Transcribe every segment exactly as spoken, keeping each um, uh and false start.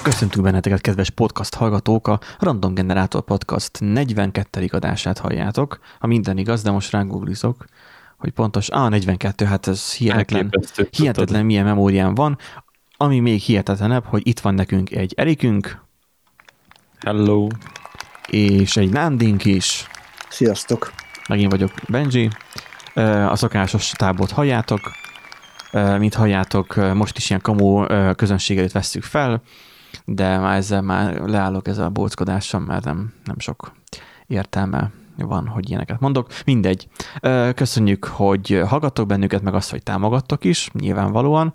Köszöntünk benneteket, kedves podcast hallgatók! A Random Generator Podcast negyvenkettedik adását halljátok. Ha minden igaz, de most rágooglizok, hogy pontos... Ah, negyvenkettő, hát ez hihetetlen, hihetetlen milyen memóriám van. Ami még hihetetlenebb, hogy itt van nekünk egy Erikünk. Hello. És egy Nándink is. Sziasztok. Megint vagyok Benji. A szokásos tábort halljátok. Mint halljátok, most is ilyen kamu közönség előtt vesszük fel, de már ezzel már leállok ezzel a bóckodással, mert nem, nem sok értelme van, hogy ilyeneket mondok. Mindegy. Köszönjük, hogy hallgattok bennünket, meg azt, hogy támogattok is, nyilvánvalóan.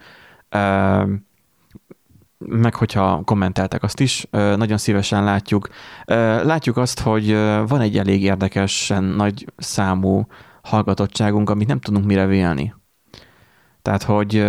Meg hogyha kommenteltek, azt is nagyon szívesen látjuk. Látjuk azt, hogy van egy elég érdekesen nagy számú hallgatottságunk, amit nem tudunk mire vélni. Tehát, hogy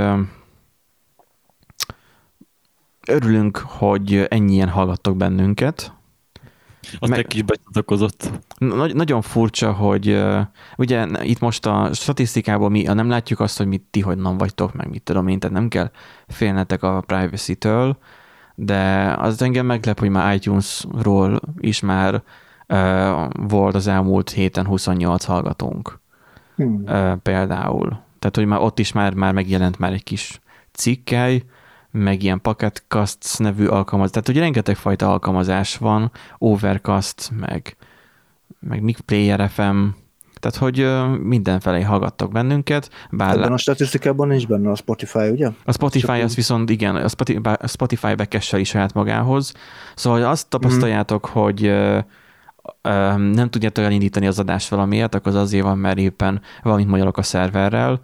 örülünk, hogy ennyien hallgattok bennünket. Azt meg kis becsatlakozott. Nagy, nagyon furcsa, hogy ugye itt most a statisztikából mi nem látjuk azt, hogy mit ti honnan vagytok, meg mit tudom én, tehát nem kell félnetek a privacy-től, de az engem meglep, hogy már iTunes-ról is már uh, volt az elmúlt héten huszonnyolc hallgatónk. Hmm. Uh, például. Tehát, hogy már ott is már, már megjelent már egy kis cikkely, meg ilyen Pocket Casts nevű alkalmazás. Tehát, hogy rengeteg fajta alkalmazás van, Overcast, meg, meg Player ef em, tehát, hogy mindenfelé hallgattok bennünket. Bár ebben a statisztikában nincs benne a Spotify, ugye? A Spotify Csak az viszont igen, a Spotify, a Spotify bekesseli saját magához. Szóval azt tapasztaljátok, mm-hmm. hogy nem tudjátok elindítani az adást valamiért, akkor az azért van, mert éppen valamit magyarok a szerverrel.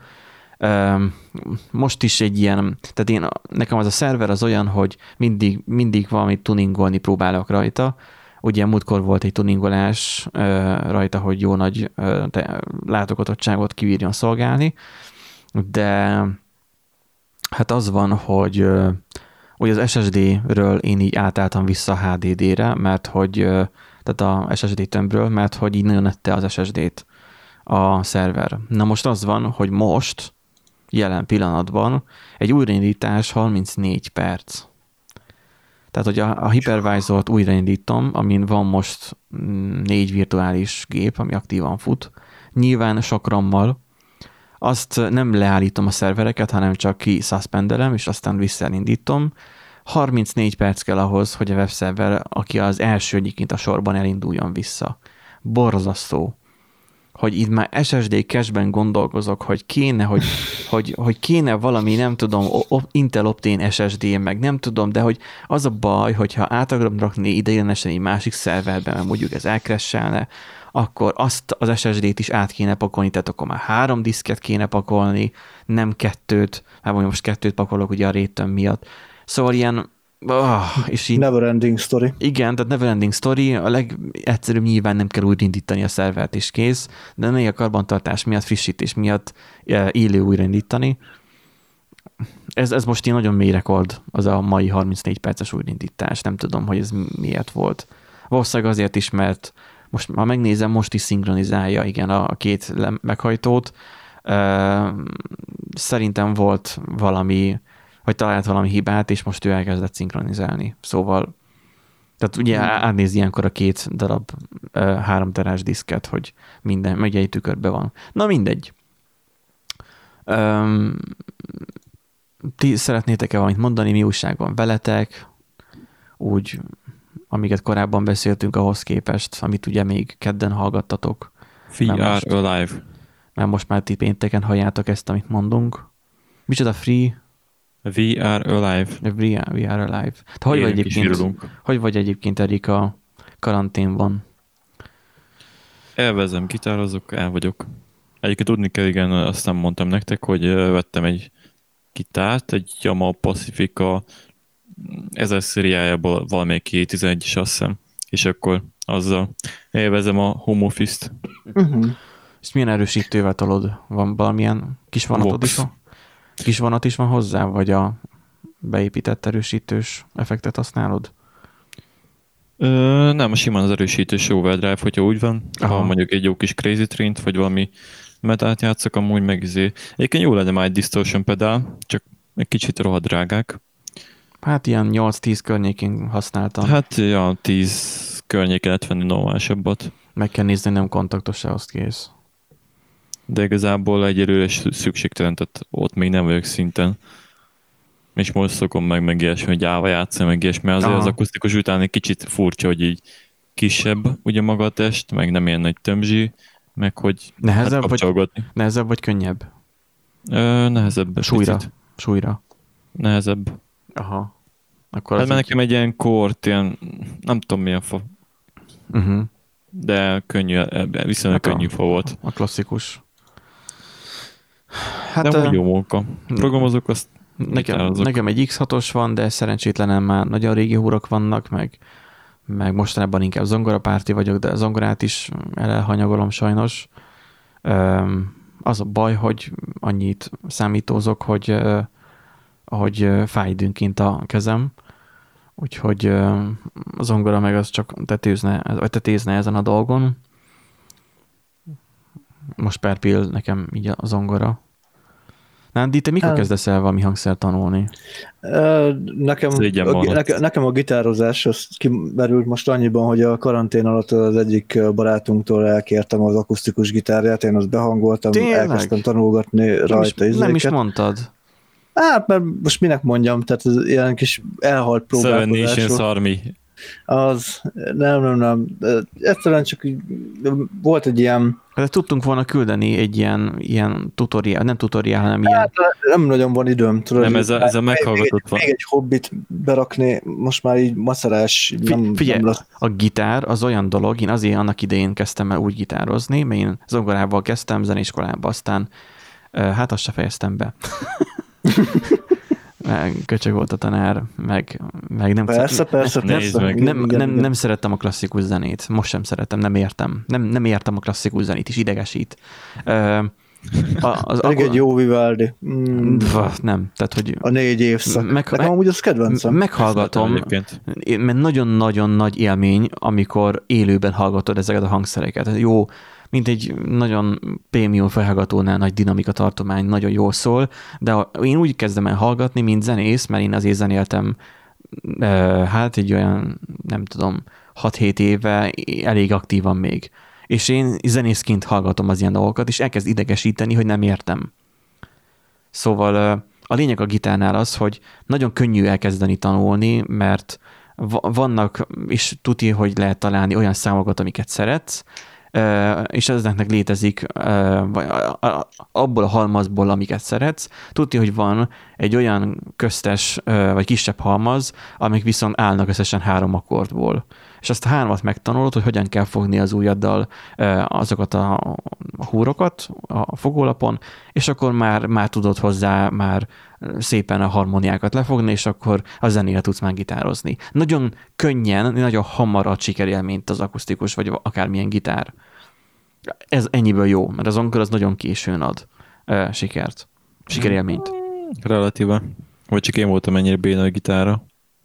Most is egy ilyen, tehát én, nekem az a szerver az olyan, hogy mindig, mindig valamit tuningolni próbálok rajta. Ugye múltkor volt egy tuningolás rajta, hogy jó nagy látogatottságot kibírjon szolgálni, de hát az van, hogy, hogy az es es dé-ről én így átálltam vissza há dé dé-re, mert hogy tehát a es es dé tömbről, mert hogy így nagyon ette az es es dé-t a szerver. Na most az van, hogy most jelen pillanatban egy újraindítás harmincnégy perc. Tehát, hogy a, a hypervisort újraindítom, amin van most négy virtuális gép, ami aktívan fut, nyilván sok rammal, azt nem leállítom a szervereket, hanem csak kiszaszpendelem, és aztán visszaindítom. harmincnégy perc kell ahhoz, hogy a webszerver, aki az első egyébként a sorban elinduljon vissza. Borzasztó. Hogy itt már es es dé cache-ben gondolkozok, hogy kéne, hogy, hogy, hogy kéne valami, nem tudom, Intel Optane es es dé, meg nem tudom, de hogy az a baj, hogyha át akarom rakni ideiglenesen egy másik szerverben, mert mondjuk ez elcrashelne, akkor azt az es es dé-t is át kéne pakolni, tehát akkor már három diszket kéne pakolni, nem kettőt, mert most kettőt pakolok ugye a rétön miatt. Szóval ilyen Oh, és így, never ending story. Igen, tehát never ending story. A legegyszerűbb nyilván nem kell újraindítani a szervert és kész, de még a karbantartás miatt, frissítés miatt élő újraindítani. Ez, ez most így nagyon mély rekord, az a mai harmincnégy perces újraindítás. Nem tudom, hogy ez miért volt. Valószínűleg azért is, mert most, ha megnézem, most is szinkronizálja igen a két meghajtót. Szerintem volt valami hogy talált valami hibát, és most ő elkezdett szinkronizálni. Szóval, tehát ugye átnéz ilyenkor a két darab uh, három terás diszket, hogy minden, meg egy tükörbe van. Na mindegy. Um, ti szeretnétek-e valamit mondani, mi újság van veletek? Úgy, amiket korábban beszéltünk ahhoz képest, amit ugye még kedden hallgattatok. We are alive. Mert most már ti pénteken halljátok ezt, amit mondunk. Micsoda free? We are alive. We are, we are alive. Te hogy, vagy egyébként, hogy vagy egyébként, Erik, a karanténban? Elvezem, gitározok, el vagyok. Egyébként tudni kell, igen, azt nem mondtam nektek, hogy vettem egy gitárt, egy Yamaha Pacifica ezer szériájából valamelyik kétezer-tizenegy-es, azt hiszem, és akkor azzal elvezem a home office-t. Uh-huh. És milyen erősítővel tolod? Van valamilyen kis vonatod is van? Kis vonat is van hozzá, vagy a beépített erősítős effektet használod? Ö, nem, simán az erősítős overdrive, hogyha úgy van. Aha. Ha mondjuk egy jó kis Crazy Train-t, vagy valami metált játszok, amúgy meg izé. Egyébként jó lenne már egy distortion pedál, csak egy kicsit rohadt drágák. Hát ilyen nyolc-tíz környékén használtam. Hát ja, tíz környéken lehet venni normálisabbat. Meg kell nézni, nem kontaktos ahhoz kész. De igazából egyelőre szükségtelen, tehát ott még nem vagyok szinten. És most szokom meg meg ilyesmi, hogy állva játszani, meg ilyesmi, azért Aha. az akusztikus után egy kicsit furcsa, hogy így kisebb ugye maga a test, meg nem ilyen nagy tömzsi, meg hogy Nehezebb, hát vagy, kapcsolgatni. nehezebb vagy könnyebb? Ö, nehezebb. Súlyra. Picit. Súlyra. Nehezebb. Aha. Akkor Hát az mert így- nekem egy ilyen kort, ilyen, nem tudom milyen fa, uh-huh. de könnyű, viszonylag Hát a- könnyű fa volt. A klasszikus. Hát, Hát de ö, úgy jó munka. Programozok, azt nekem, gitározok. nekem egy iksz hatos van, de szerencsétlenen már nagyon régi húrok vannak, meg, meg mostanában inkább zongorapárti vagyok, de a zongorát is elhanyagolom sajnos. Öm, az a baj, hogy annyit számítózok, hogy, ö, hogy ö, fáj időnként a kezem, úgyhogy ö, a zongora meg az csak tetőzne, vagy tetézne ezen a dolgon. Most per pill nekem így a zongora. Nándi, te mikor Hát- kezdesz el valami hangszert tanulni? Ö, Nekem Szégyen a, maradt. nekem, nekem a gitározás az kimerült most annyiban, hogy a karantén alatt az egyik barátunktól elkértem az akusztikus gitárját, én azt behangoltam, Tényleg? elkezdtem tanulgatni Nem is, rajta nem is izéket. mondtad. Hát, mert most minek mondjam, tehát ez ilyen kis elhalt Seven Nations próbálkozásról. Army. Az, nem, nem, nem. Egyszerűen csak így, volt egy ilyen, De tudtunk volna küldeni egy ilyen, ilyen tutoriál, nem tutoriál, hanem ilyen. hát nem nagyon van időm, tudod. Nem, így ez a, ez a még- meghallgatott még, van. még egy hobbit berakni, most már így macerás, nem, Figyelj, nem lesz. a gitár az olyan dolog, én azért annak idején kezdtem el úgy gitározni, mert én zongorával kezdtem, zeneiskolába, aztán ö, hát azt se fejeztem be. Meg köcsög volt a tanár, meg, meg nem, Persze, persze, Nézd persze. meg. Igen, nem, igen, nem, igen. nem szerettem a klasszikus zenét. Most sem szeretem, nem értem. Nem, nem értem a klasszikus zenét, is idegesít. Ö, a- az, Pedig akkor- egy jó Vivaldi. Mm, Dva, nem, tehát hogy a négy évszak. Meg- Nekem meg- amúgy az kedvencem. meghallgatom, Egyébként. mert nagyon-nagyon nagy élmény, amikor élőben hallgatod ezeket a hangszereket. Jó, mint egy nagyon prémium felhallgatónál nagy dinamika tartomány, nagyon jól szól, de a- én úgy kezdem el hallgatni, mint zenész, mert én azért zenéltem ö, hát egy olyan, nem tudom, hat-hét éve elég aktívan még. És én zenészként hallgatom az ilyen dolgokat, és elkezd idegesíteni, hogy nem értem. Szóval ö, a lényeg a gitárnál az, hogy nagyon könnyű elkezdeni tanulni, mert va- vannak, és tuti, hogy lehet találni olyan számokat, amiket szeretsz, ö, és ezeknek létezik ö, vagy a- a- abból a halmazból, amiket szeretsz. Tuti, hogy van egy olyan köztes ö, vagy kisebb halmaz, amik viszont állnak összesen három akkordból. És azt a hármat megtanulod, hogy hogyan kell fogni az ujjaddal ö, azokat a, a húrokat a fogólapon, és akkor már, már tudod hozzá már szépen a harmóniákat lefogni, és akkor a zenére tudsz már gitározni. Nagyon könnyen, nagyon hamar ad sikerélményt az akusztikus, vagy akármilyen gitár. Ez ennyiből jó, mert az zongora az nagyon későn ad uh, sikert. Sikerélményt. Relatíve. Vagy csak én voltam ennyire béna a gitára.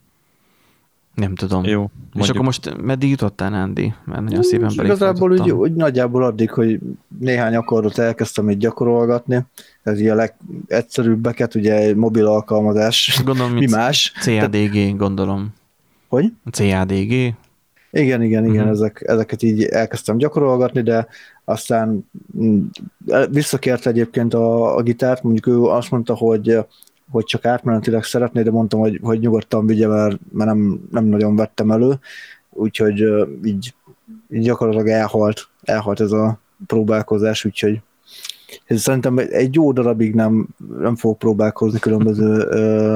Nem tudom. Jó. És mondjuk. akkor most meddig jutottál, Nándi? Mert nagyon szépen És igazából úgy, belefutottam. úgy nagyjából addig, hogy néhány akkordot elkezdtem így gyakorolgatni. Ez így a legegyszerűbbeket, ugye egy mobil alkalmazás. Gondolom, Mi mint más? cé á dé gé, gondolom. Hogy? cé á dé gé? Igen, igen, igen, Mhm. ezek, ezeket így elkezdtem gyakorolgatni, de aztán mm, visszakért egyébként a, a gitárt, mondjuk ő azt mondta, hogy, hogy csak átmenetileg szeretné, de mondtam, hogy, hogy nyugodtan vigye, mert, mert nem, nem nagyon vettem elő, úgyhogy ö, így, így gyakorlatilag elhalt, elhalt ez a próbálkozás, úgyhogy ez szerintem egy jó darabig nem, nem fog próbálkozni különböző ö,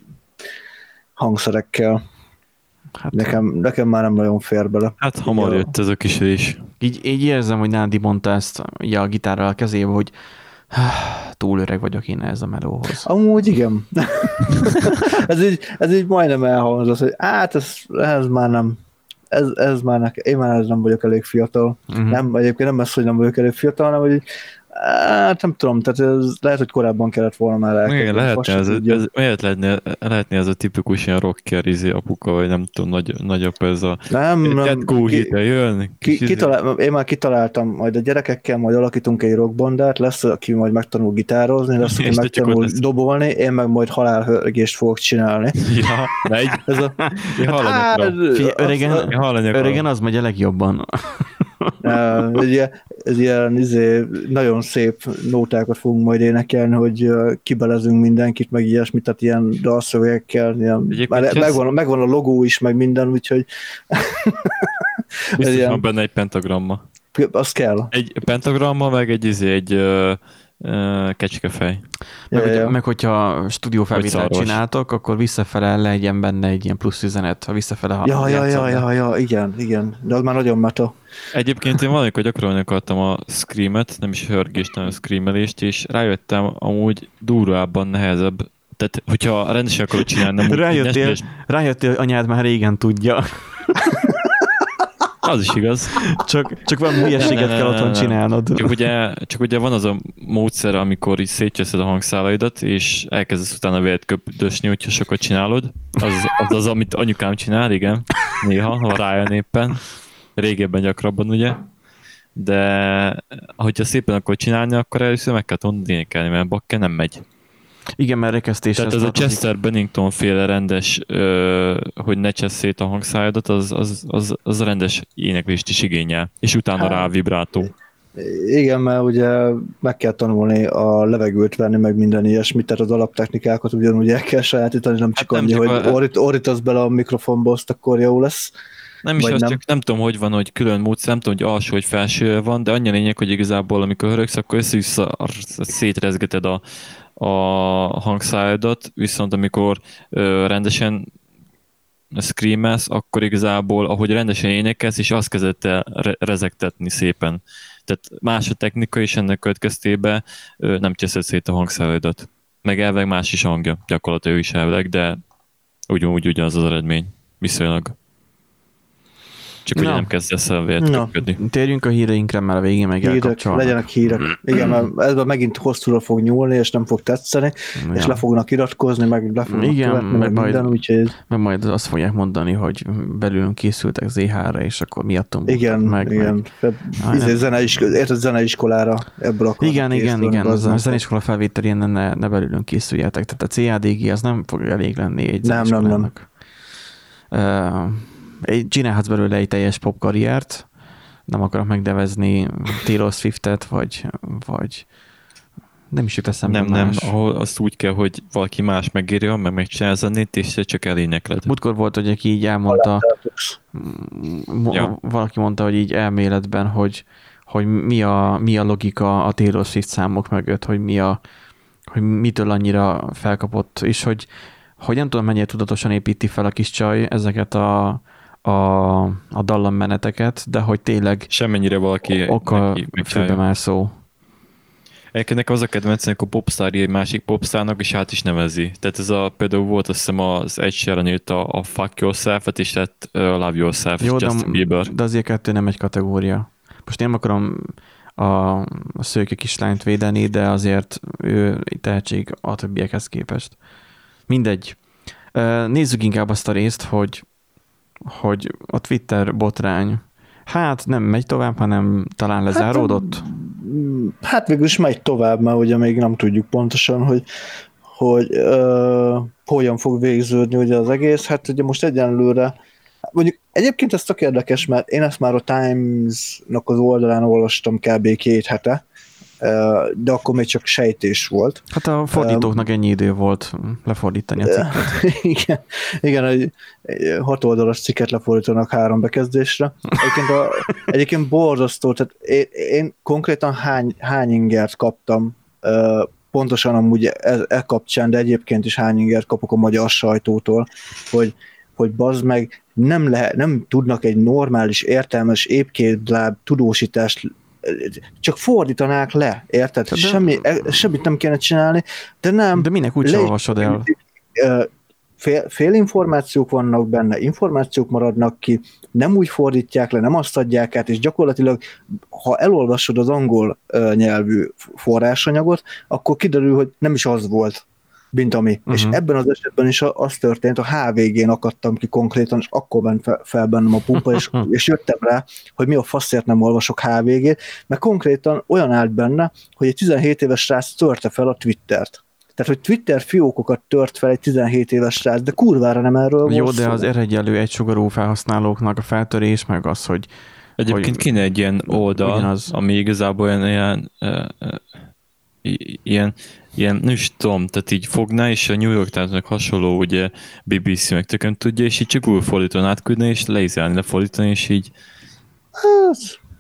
hangszerekkel. Hát, Nekem, nekem már nem nagyon fér bele. Hát hamar Ja. jött ez a kis rés. így, így érzem, hogy Nándi mondta ezt ugye, a gitárral a kezébe, hogy túl öreg vagyok én ez a melóhoz. Amúgy igen. ez, így, ez így majdnem elhangzott, hogy hát ez, ez már nem, ez, ez már nekem, én már ez nem vagyok elég fiatal. Uh-huh. Nem, egyébként nem ez, hogy nem vagyok elég fiatal, hanem hogy így Hát nem tudom, tehát ez lehet, hogy korábban kellett volna már elkezdeni. Igen, lehetne ez, ez, ez, lehetne, lehetne ez a tipikus ilyen rocker izé apuka, vagy nem tudom, nagy, nagyapa ez a nem, nem, ki, jön. Ki, kitalál, én már kitaláltam, majd a gyerekekkel majd alakítunk egy rockbandát, lesz, aki majd megtanul gitározni, lesz, aki megtanul dobolni, én meg majd halálhörgést fogok csinálni. Ja, megy. Ez a... Hát, öregen, öregen az megy a legjobban. ez ilyen, ez ilyen izé, nagyon szép nótákat fogunk majd énekelni, hogy kibelezünk mindenkit, meg ilyesmit, tehát ilyen dalszövegekkel, ilyen, már megvan, megvan a logó is, meg minden, úgyhogy biztos ilyen, van benne egy pentagramma. Az kell. Egy pentagramma, meg egy izé, egy uh, uh, kecskefej. Meg, ja, ja. meg hogyha stúdiófelvételt csináltok, akkor visszafele legyen benne egy ilyen plusz üzenet, ha visszafele ja, ja, ja, ja, ja, igen, igen, de az már nagyon meta. Egyébként én valamikor gyakorolni akartam a screamet, nem is hörgést, hanem a screamelést, és rájöttem amúgy durvábban nehezebb. Tehát, hogyha rendesen akarod csinálni, nem rájöttél, úgy... rájöttél, hogy anyád már régen tudja. Az is igaz. Csak, csak valami hülyeséget kell otthon csinálnod. Csak ugye, csak ugye van az a módszer, amikor így szétcseszed a hangszálaidat, és elkezdesz utána vért köpdösni, hogyha sokat csinálod. Az, az az, amit anyukám csinál, igen. Néha, ha rájön éppen. Régebben gyakrabban, ugye. De hogyha szépen akkor csinálni, akkor először meg kell tudni énekelni, mert bakker nem megy. Igen, mert rekesztéshez Tehát ez a Chester Bennington féle rendes, ö, hogy ne csesz szét a hangszájadat, az, az, az, az rendes éneklést is igényel. És utána hát, rá a vibrátó. Igen, mert ugye meg kell tanulni a levegőt venni, meg minden ilyesmit, tehát az alaptechnikákat ugyanúgy el kell sajátítani, nem csak hát annyi, nem csak hogy a... orrit, orrítasz bele a mikrofonba, azt akkor jó lesz. Nem is az, nem. Csak nem tudom, hogy van, hogy külön módszer, nem tudom, hogy alsó, hogy felső van, de annyi lényeg, hogy igazából amikor hörögsz, akkor össze-vissza szétrezgeted a, a hangszájadat, viszont amikor ö, rendesen screamelsz, akkor igazából, ahogy rendesen énekelsz, és azt kezdett el re- rezegtetni szépen. Tehát más a technika, és ennek következtében ö, nem cseszed szét a hangszájadat. Meg elveg más is hangja, gyakorlatilag ő is elveg, de ugyanúgy ugyanaz az eredmény, viszonylag. Csak ugye nem kezdesz el vért köpködni. Térjünk a híreinkre, mert a végén meg elkapcsolnak. Legyenek hírek. Igen, mert ezben megint hosszúra fog nyúlni, és nem fog tetszeni, ja. és le fognak iratkozni, meg le fognak igen, követni, meg, meg majd, minden, úgyhogy... meg majd azt fogják mondani, hogy belülünk készültek zé há-re, és akkor miattunk igen, meg. Igen, meg. Zeneiskolára, érted zeneiskolára ebből akarnak igen, igen, igen, az a zeneiskola felvételén ne, ne belülünk készüljetek. Tehát a cé á dé gé az nem fog elég lenni egy nem, nem, nem. Uh, csinálhatsz belőle egy teljes pop karriert, nem akarok megnevezni Taylor Swiftet, vagy, vagy nem is jut eszembe Nem, más. nem, ahol azt úgy kell, hogy valaki más megírja, meg megcsinál zenét, és csak elénekled. Múltkor volt, hogy aki így elmondta, ja. valaki mondta, hogy így elméletben, hogy, hogy mi, a, mi a logika a Taylor Swift számok mögött, hogy mi a, hogy mitől annyira felkapott, és hogy, hogy nem tudom, mennyire tudatosan építi fel a kis csaj ezeket a a, a dallammeneteket, de hogy tényleg semmennyire valaki okkal főbemászó. Egyébként nekem az a kedvenc, amikor popstar egy másik popstárnak, és át is nevezi. Tehát ez a, például volt azt hiszem az Ed Sheeran írta a Fuck Yourself-et, és lett uh, Love Yourself, jó, Justin Bieber. De azért kettő nem egy kategória. Most nem akarom a, a szőke kislányt védeni, de azért ő tehetség a többiekhez képest. Mindegy. Nézzük inkább azt a részt, hogy hogy a Twitter botrány, hát nem megy tovább, hanem talán lezáródott? Hát, hát végül is megy tovább, mert ugye még nem tudjuk pontosan, hogy, hogy uh, hogyan fog végződni ugye az egész. Hát ugye most egyenlőre, mondjuk egyébként ez tök érdekes, mert én ezt már a Times-nak az oldalán olvastam kb. Két hete, de akkor még csak sejtés volt. Hát a fordítóknak ennyi idő volt lefordítani a cikket. Igen, igen egy, egy hat oldalas cikket lefordítanak három bekezdésre. Egyébként, a, egyébként borzasztó, tehát én, én konkrétan hány, hány ingert kaptam, pontosan amúgy e, e kapcsán, de egyébként is hány ingert kapok a magyar sajtótól, hogy, hogy bazd meg, nem, lehet, nem tudnak egy normális, értelmes, épkétláb tudósítást csak fordítanák le, érted? Semmi, semmit nem kéne csinálni, de nem. De minek úgy olvasod el? fél, fél információk vannak benne, információk maradnak ki, nem úgy fordítják le, nem azt adják át, és gyakorlatilag, ha elolvasod az angol uh, nyelvű forrásanyagot, akkor kiderül, hogy nem is az volt, mint ami. Uh-huh. És ebben az esetben is az történt, a há vé gén akadtam ki konkrétan, és akkor ment fel, fel bennem a pumpa, és, és jöttem rá, hogy mi a faszért nem olvasok há vé gét, mert konkrétan olyan állt benne, hogy egy tizenhét éves srác törte fel a Twittert. Tehát, hogy Twitter fiókokat tört fel egy tizenhét éves srác, de kurvára nem erről volt. Jó, de az eregyelő egysugarú felhasználóknak a feltörés, meg az, hogy... Egyébként hogy kéne egy ilyen oldal, ugyanaz. Ami igazából olyan ilyen, uh, uh, ilyen, ilyen, nem is tudom, tehát így fogná, és a New York Times-nak hasonló, ugye bé bé cé meg tökön tudja, és így csak Google fordítón átküldni, és leizálni, lefordítani, és így... Hát...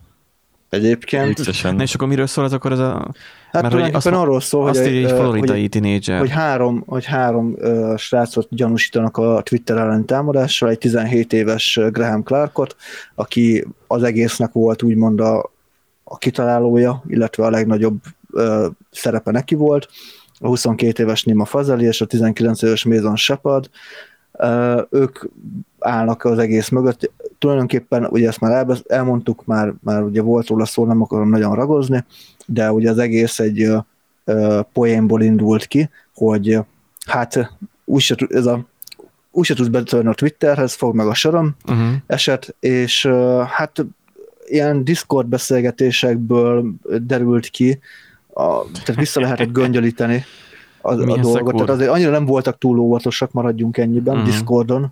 Egyébként... Na és akkor miről szól ez akkor ez a... Hát mert hogy azt, arról szól, azt hogy, egy floridai tínédzser. Hogy három, hogy három uh, srácot gyanúsítanak a Twitter ellen támadással, egy tizenhét éves Graham Clarkot, aki az egésznek volt úgymond a, a kitalálója, illetve a legnagyobb uh, szerepe neki volt, a huszonkét éves Nima Fazeli és a tizenkilenc éves Mason Shepard. Uh, ők állnak az egész mögött. Tulajdonképpen, ugye ezt már elbesz- elmondtuk, már, már ugye volt róla szó, nem akarom nagyon ragozni, de ugye az egész egy uh, uh, poénból indult ki, hogy uh, hát úgyse, ez a, úgyse tudsz betörni a Twitterhez, fog meg a sorom uh-huh. eset, és uh, hát ilyen Discord beszélgetésekből derült ki, a, tehát vissza lehetett göngyölíteni a, a dolgot. Tehát azért annyira nem voltak túl óvatosak, maradjunk ennyiben, uh-huh. Discordon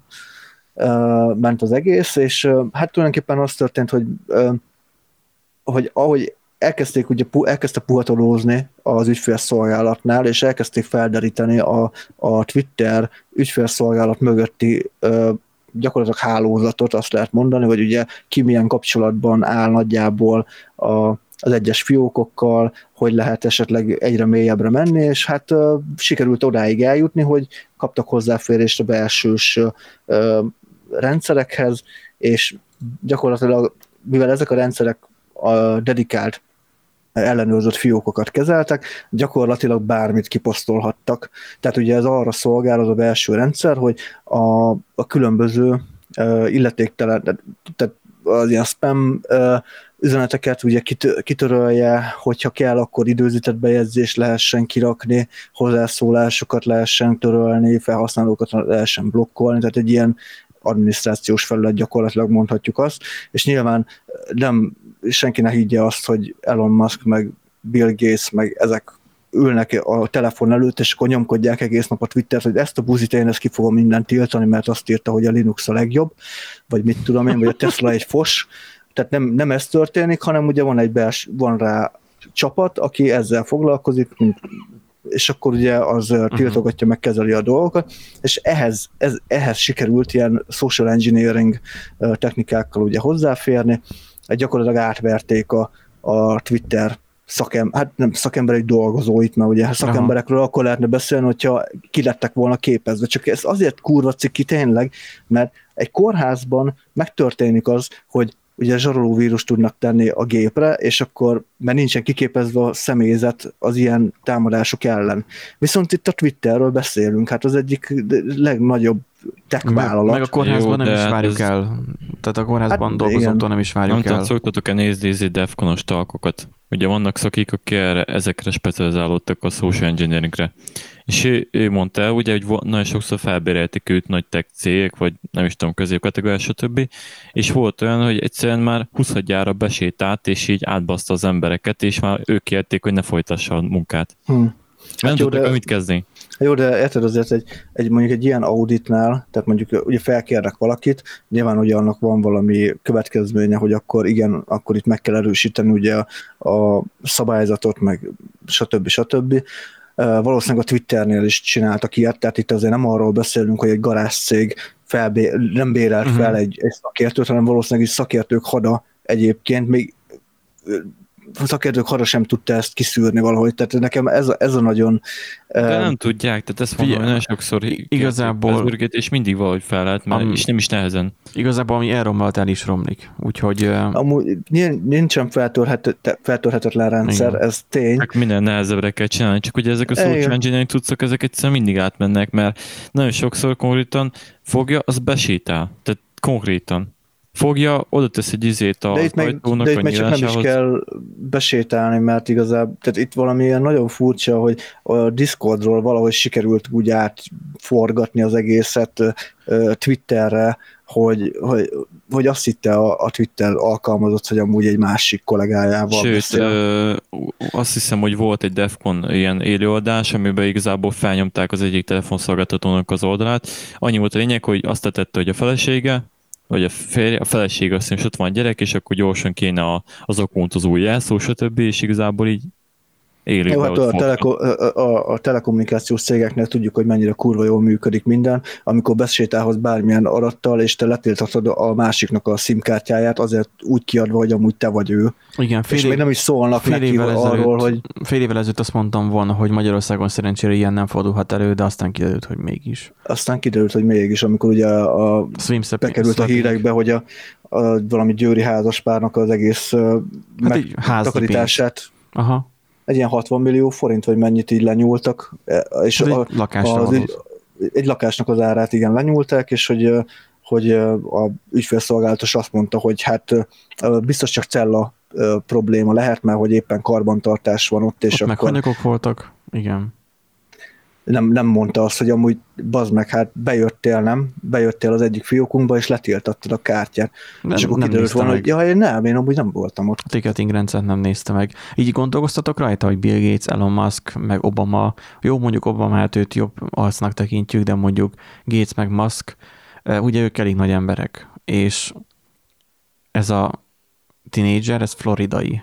uh, ment az egész, és uh, hát tulajdonképpen az történt, hogy, uh, hogy ahogy elkezdték, ugye elkezdte puhatolózni az ügyfélszolgálatnál, és elkezdték felderíteni a, a Twitter ügyfélszolgálat mögötti uh, gyakorlatilag hálózatot, azt lehet mondani, hogy ugye ki milyen kapcsolatban áll nagyjából a, az egyes fiókokkal, hogy lehet esetleg egyre mélyebbre menni, és hát uh, sikerült odáig eljutni, hogy kaptak hozzáférést a belsős uh, rendszerekhez, és gyakorlatilag, mivel ezek a rendszerek a dedikált ellenőrzött fiókokat kezeltek, gyakorlatilag bármit kiposztolhattak. Tehát ugye ez arra szolgál az a belső rendszer, hogy a, a különböző uh, illetéktelen, tehát az ilyen spam uh, üzeneteket ugye kit, kitörölje, hogyha kell, akkor időzített bejegyzést lehessen kirakni, hozzászólásokat lehessen törölni, felhasználókat lehessen blokkolni, tehát egy ilyen adminisztrációs felület gyakorlatilag mondhatjuk azt, és nyilván nem senki ne higgye azt, hogy Elon Musk, meg Bill Gates, meg ezek ülnek a telefon előtt, és akkor nyomkodják egész nap a Twittert, hogy ezt a buzit én ezt ki fogom mindent tiltani, mert azt írta, hogy a Linux a legjobb, vagy mit tudom én, vagy a Tesla egy fos. Tehát nem, nem ez történik, hanem ugye van egy bels, van rá csapat, aki ezzel foglalkozik, mint és akkor ugye az uh-huh. tiltogatja, meg kezeli a dolgokat, és ehhez, ez, ehhez sikerült ilyen social engineering technikákkal ugye hozzáférni, gyakorlatilag átverték a, a Twitter szakem, hát nem szakemberek dolgozóit, mert ugye szakemberekről akkor lehetne beszélni, hogyha ki lettek volna képezve, csak ez azért kurva cikki tényleg, mert egy kórházban megtörténik az, hogy ugye zsarolóvírust tudnak tenni a gépre, és akkor, mert nincsen kiképezve a személyzet az ilyen támadások ellen. Viszont itt a Twitterről beszélünk, hát az egyik legnagyobb tech vállalat. Meg, meg a kórházban Jó, nem is várjuk ez... el. Tehát a kórházban hát, dolgozóktól nem is várjuk nem el. Nem szoktatok-e nézni a defconos talkokat? Ugye vannak szakik, akik erre, ezekre specializálódtak a social engineeringre. És ő, ő mondta el, ugye, hogy nagyon sokszor felbérelték őt nagy tech cégek, vagy nem is tudom, középkategóriás, stb. És volt olyan, hogy egyszerűen már huszadjára besétált, és így átbaszta az embereket, és már ők kérték, hogy ne folytassa a munkát. Hmm. Nem hát tudtak, mit kezdeni. Jó, de érted azért egy, egy, mondjuk egy ilyen auditnál, tehát mondjuk ugye felkérnek valakit, nyilván ugye annak van valami következménye, hogy akkor igen, akkor itt meg kell erősíteni ugye a, a szabályzatot, meg stb. stb. Uh, valószínűleg a Twitternél is csináltak ilyet, tehát itt azért nem arról beszélünk, hogy egy garázscég felbé, nem bérelt uh-huh. fel egy, egy szakértőt, hanem valószínűleg is szakértők hada egyébként, még szakértők hara sem tudta ezt kiszűrni valahogy, tehát nekem ez a, ez a nagyon... De um, nem tudják, tehát ezt mondom, nagyon sokszor igazából, és mindig valahogy fel lehet, mert am, és nem is nehezen. Igazából ami elromlalt, el is romlik, úgyhogy... Amúgy nincsen feltörhet, feltörhetetlen rendszer, igen. Ez tény. Meg minden nehezebbre kell csinálni, csak ugye ezek a social engineering cuccok, ezek egyszerűen mindig átmennek, mert nagyon sokszor konkrétan fogja, az besétál, tehát konkrétan. Fogja, oda tesz egy izét a de itt meg, de itt meg csak nem is kell besétálni, mert igazából, tehát itt valami ilyen nagyon furcsa, hogy a Discordról valahogy sikerült úgy átforgatni az egészet Twitterre, hogy, hogy, hogy azt hitte a, a Twitter alkalmazott, hogy amúgy egy másik kollégájával Sőt, beszél. Ö, azt hiszem, hogy volt egy Defcon ilyen élőadás, amiben igazából felnyomták az egyik telefonszolgáltatónak az oldalát. Annyi volt a lényeg, hogy azt tette, hogy a felesége, vagy a, férje, a feleség azt hiszem, és ott van a gyerek, és akkor gyorsan kéne a, az okont az új jelszó, stb. És igazából így élőben. Jó, hát a, teleko- a, a telekommunikációs cégeknél tudjuk, hogy mennyire kurva jól működik minden, amikor besétálhoz bármilyen adattal, és te letiltatod a másiknak a SIM-kártyáját, azért úgy kiadva, hogy amúgy te vagy ő. Igen, és még nem is szólnak neki arról, hogy... Fél évvel ezelőtt azt mondtam volna, hogy Magyarországon szerencsére ilyen nem fordulhat elő, de aztán kiderült, hogy mégis. Aztán kiderült, hogy mégis, amikor ugye a, a bekerült a hírekbe, hogy a, a valami győri házaspárnak az egész hát megtakarítását... Aha. Egy ilyen hatvan millió forint, vagy mennyit így lenyúltak. És hát a, egy lakásra az, egy, egy lakásnak az árát igen lenyúlták, és hogy, hogy a ügyfélszolgálatos azt mondta, hogy hát biztos csak cella probléma lehet, mert hogy éppen karbantartás van ott. És ott akkor meg hanyagok voltak, igen. Nem, nem mondta azt, hogy amúgy bazd meg, hát bejöttél, nem? Bejöttél az egyik fiókunkba, és letiltattad a kártyát. Nem, és akkor kiderült volna, hogy ja, én nem, én amúgy nem voltam ott. A ticketing rendszert nem nézte meg. Így gondolkoztatok rajta, hogy Bill Gates, Elon Musk, meg Obama, jó, mondjuk Obama, hát őt jobb arcnak tekintjük, de mondjuk Gates meg Musk, ugye ők elég nagy emberek, és ez a tínédzser, ez floridai.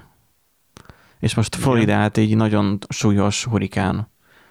És most Floridát így nagyon súlyos hurikán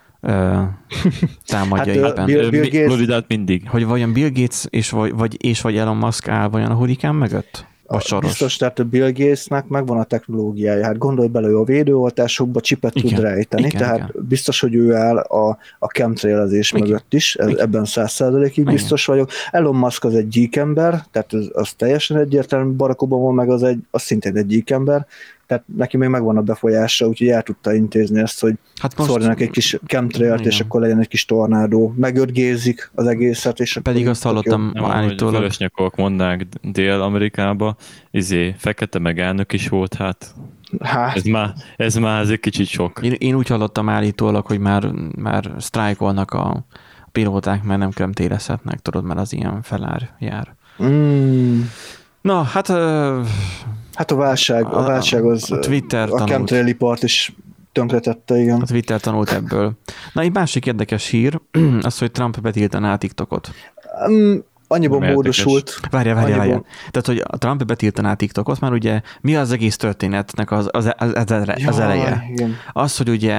támadja hát, éppen. Bill, Bill Gates... Floridát mindig. Hogy vajon Bill Gates és vagy, vagy, és vagy Elon Musk áll vajon a hurikán mögött? Vagy soros? Biztos, tehát a Bill Gatesnek megvan a technológiája. Hát gondolj bele, hogy a védőoltásokba csipet igen, tud rejteni, igen, tehát igen. Biztos, hogy ő áll a, a chemtrailezés igen. mögött is, ez, ebben száz százalékig biztos vagyok. Elon Musk az egy geek ember, tehát az, az teljesen egyértelmű, Barack Obama meg az, egy, az szintén egy geek ember, tehát neki még megvan a befolyása, úgyhogy el tudta intézni ezt, hogy hát szórjanak egy kis chemtrailt, és akkor legyen egy kis tornádó. Megörgézik az egészet, és pedig azt hallottam állítólag. Vörösnyakok mondnák Dél-Amerikába, izé, fekete meg elnök is volt, hát, hát. Ez, már, ez már ez egy kicsit sok. Én, én úgy hallottam állítólag, hogy már, már sztrájkolnak a pilóták, mert nem chemtrailezhetnek, tudod, mert az ilyen felár jár. Mm. Na, hát... Uh, hát a válság, a válság az... A Twitter a chemtrailipart is tönkretette, igen. A Twitter tanult ebből. Na, egy másik érdekes hír, az, hogy Trump betiltaná a TikTokot. Um, annyiban nem módosult. Várjál, várjál, várjál. Tehát, hogy a Trump betiltaná a TikTokot, már ugye mi az egész történetnek az, az, az, az, az eleje? Igen. Az, hogy ugye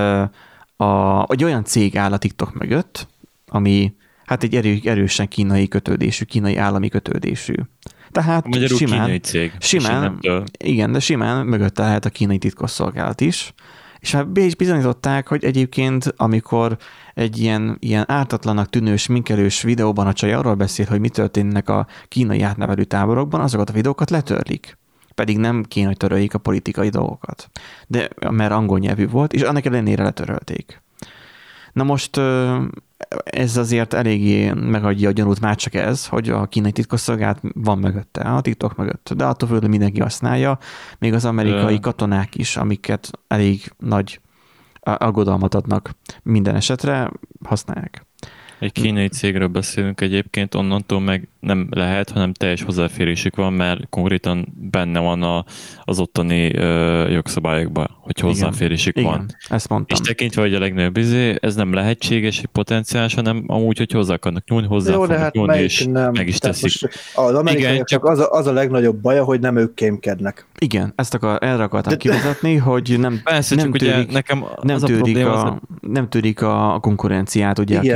a, egy olyan cég áll a TikTok mögött, ami hát egy erő, erősen kínai kötődésű, kínai állami kötődésű. Tehát magyarul simán, kínai cég. Simán, igen, de simán mögötte lehet a kínai titkosszolgálat is. És már be is bizonyították, hogy egyébként, amikor egy ilyen, ilyen ártatlanak tűnős, minkelős videóban a csaj arról beszél, hogy mi történnek a kínai átnevelő táborokban, azokat a videókat letörlik. Pedig nem kéne, hogy töröljék a politikai dolgokat. De mert angol nyelvű volt, és annak ellenére letörölték. Na most ez azért eléggé megadja a gyanút, már csak ez, hogy a kínai titkosszolgálat van mögötte, a TikTok mögött. De attól főleg mindenki használja, még az amerikai katonák is, amiket elég nagy aggodalmat adnak minden esetre, használják. Egy kínai cégről beszélünk egyébként, onnantól meg nem lehet, hanem teljes hozzáférésük van, mert konkrétan benne van a, az ottani ö, jogszabályokban, hogy hozzáférésük igen, van. Igen, ezt mondtam. És tekintve, hogy a legnagyobb izé, ez nem lehetséges, egy potenciális, hanem amúgy, hogy hozzá akarnak nyúlni, hozzá jó, fognak hát nyúlni, és nem. meg is Tehát teszik. Az amerikaiak csak az a, az a legnagyobb baja, hogy nem ők kémkednek. Igen, ezt akar, erre akartam kivezetni, hogy nem, Persze, nem, csak tűrik, ugye nekem nem, tűrik a, a, nem tűrik a konkurenciát ugye igen, a kémkedésben,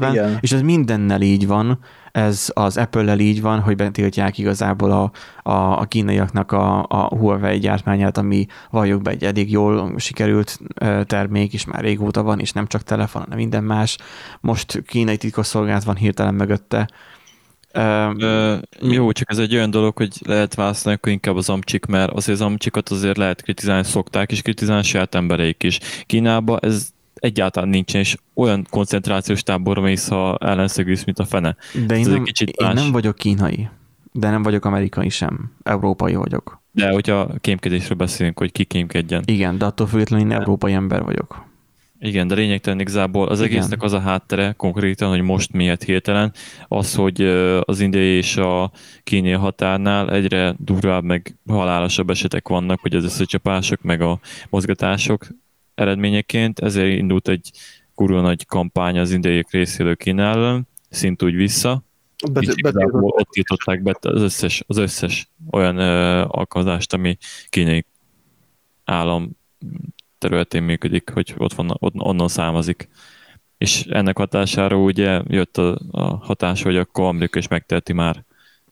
esetben, igen. és ez mindennel így van, ez az Apple-lel így van, hogy betiltják igazából a, a, a kínaiaknak a, a Huawei gyártmányát, ami valljuk be egy elég jól sikerült termék, és már régóta van, és nem csak telefon, hanem minden más. Most kínai titkosszolgálat van hirtelen mögötte. Ö, jó, csak ez egy olyan dolog, hogy lehet választani, akkor inkább az amcsik, mert azért az amcsikat azért lehet kritizálni, szokták, és kritizálni saját embereik is. Kínában ez egyáltalán nincsen, és olyan koncentrációs táborra mész, ha ellenszegülsz, mint a fene. De én, nem, kicsit én más. nem vagyok kínai, de nem vagyok amerikai sem. Európai vagyok. De hogyha kémkedésről beszélünk, hogy ki kémkedjen. Igen, de attól függetlenül én európai ember vagyok. Igen, de lényegtelen igazából az Igen. egésznek az a háttere konkrétan, hogy most miért hirtelen, az, hogy az indiai és a kínai határnál egyre durvább, meg halálosabb esetek vannak, hogy az összecsapások, meg a mozgatások eredményeként, ezért indult egy kurva nagy kampány az indiaiak részéről Kína ellen, szintúgy vissza, Bet- és igazából ott tiltották be az összes, az összes olyan ö, alkalmazást, ami kínai állam területén működik, hogy ott van, ott, onnan származik. És ennek hatására ugye jött a, a hatás, hogy akkor Amerika is megteheti már.